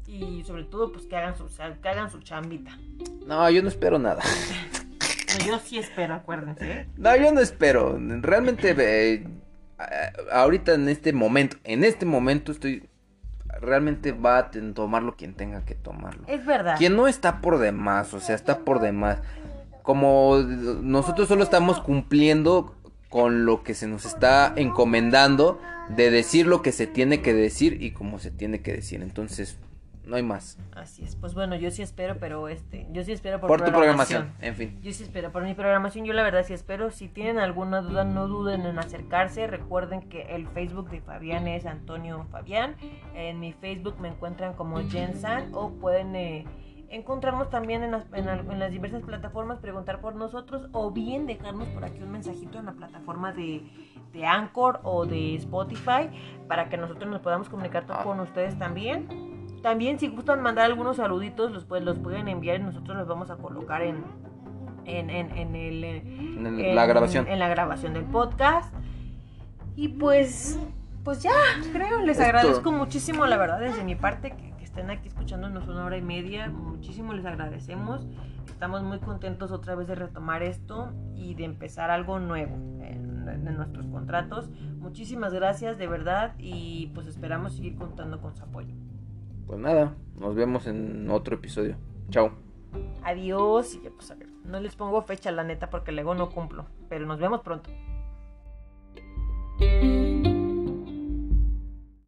Y sobre todo, pues que hagan su chambita. No, yo no espero nada. No, yo sí espero, acuérdense, ¿eh? No, yo no espero. Realmente, ahorita en este momento estoy... Realmente va a tomarlo quien tenga que tomarlo. Es verdad. Quien no está por demás, o sea, está por demás. Como nosotros solo estamos cumpliendo con lo que se nos está encomendando de decir lo que se tiene que decir y cómo se tiene que decir. Entonces, no hay más. Así es. Pues bueno, yo sí espero, pero yo sí espero por tu programación, en fin. Yo sí espero por mi programación, yo la verdad sí espero. Si tienen alguna duda, no duden en acercarse. Recuerden que el Facebook de Fabián es Antonio Fabián. En mi Facebook me encuentran como Jensan, o pueden encontrarnos también en las diversas plataformas, preguntar por nosotros, o bien dejarnos por aquí un mensajito en la plataforma de Anchor o de Spotify, para que nosotros nos podamos comunicar con ustedes también. También, si gustan mandar algunos saluditos, los pueden enviar y nosotros los vamos a colocar en la grabación. En la grabación del podcast. Y pues ya, creo, les agradezco muchísimo, la verdad, desde mi parte, que estén aquí escuchándonos 1 hora y media. Muchísimo les agradecemos. Estamos muy contentos otra vez de retomar esto y de empezar algo nuevo en nuestros contratos. Muchísimas gracias, de verdad, y pues esperamos seguir contando con su apoyo. Pues nada, nos vemos en otro episodio. Chao. Adiós. Y pues a ver, no les pongo fecha, la neta, porque luego no cumplo. Pero nos vemos pronto.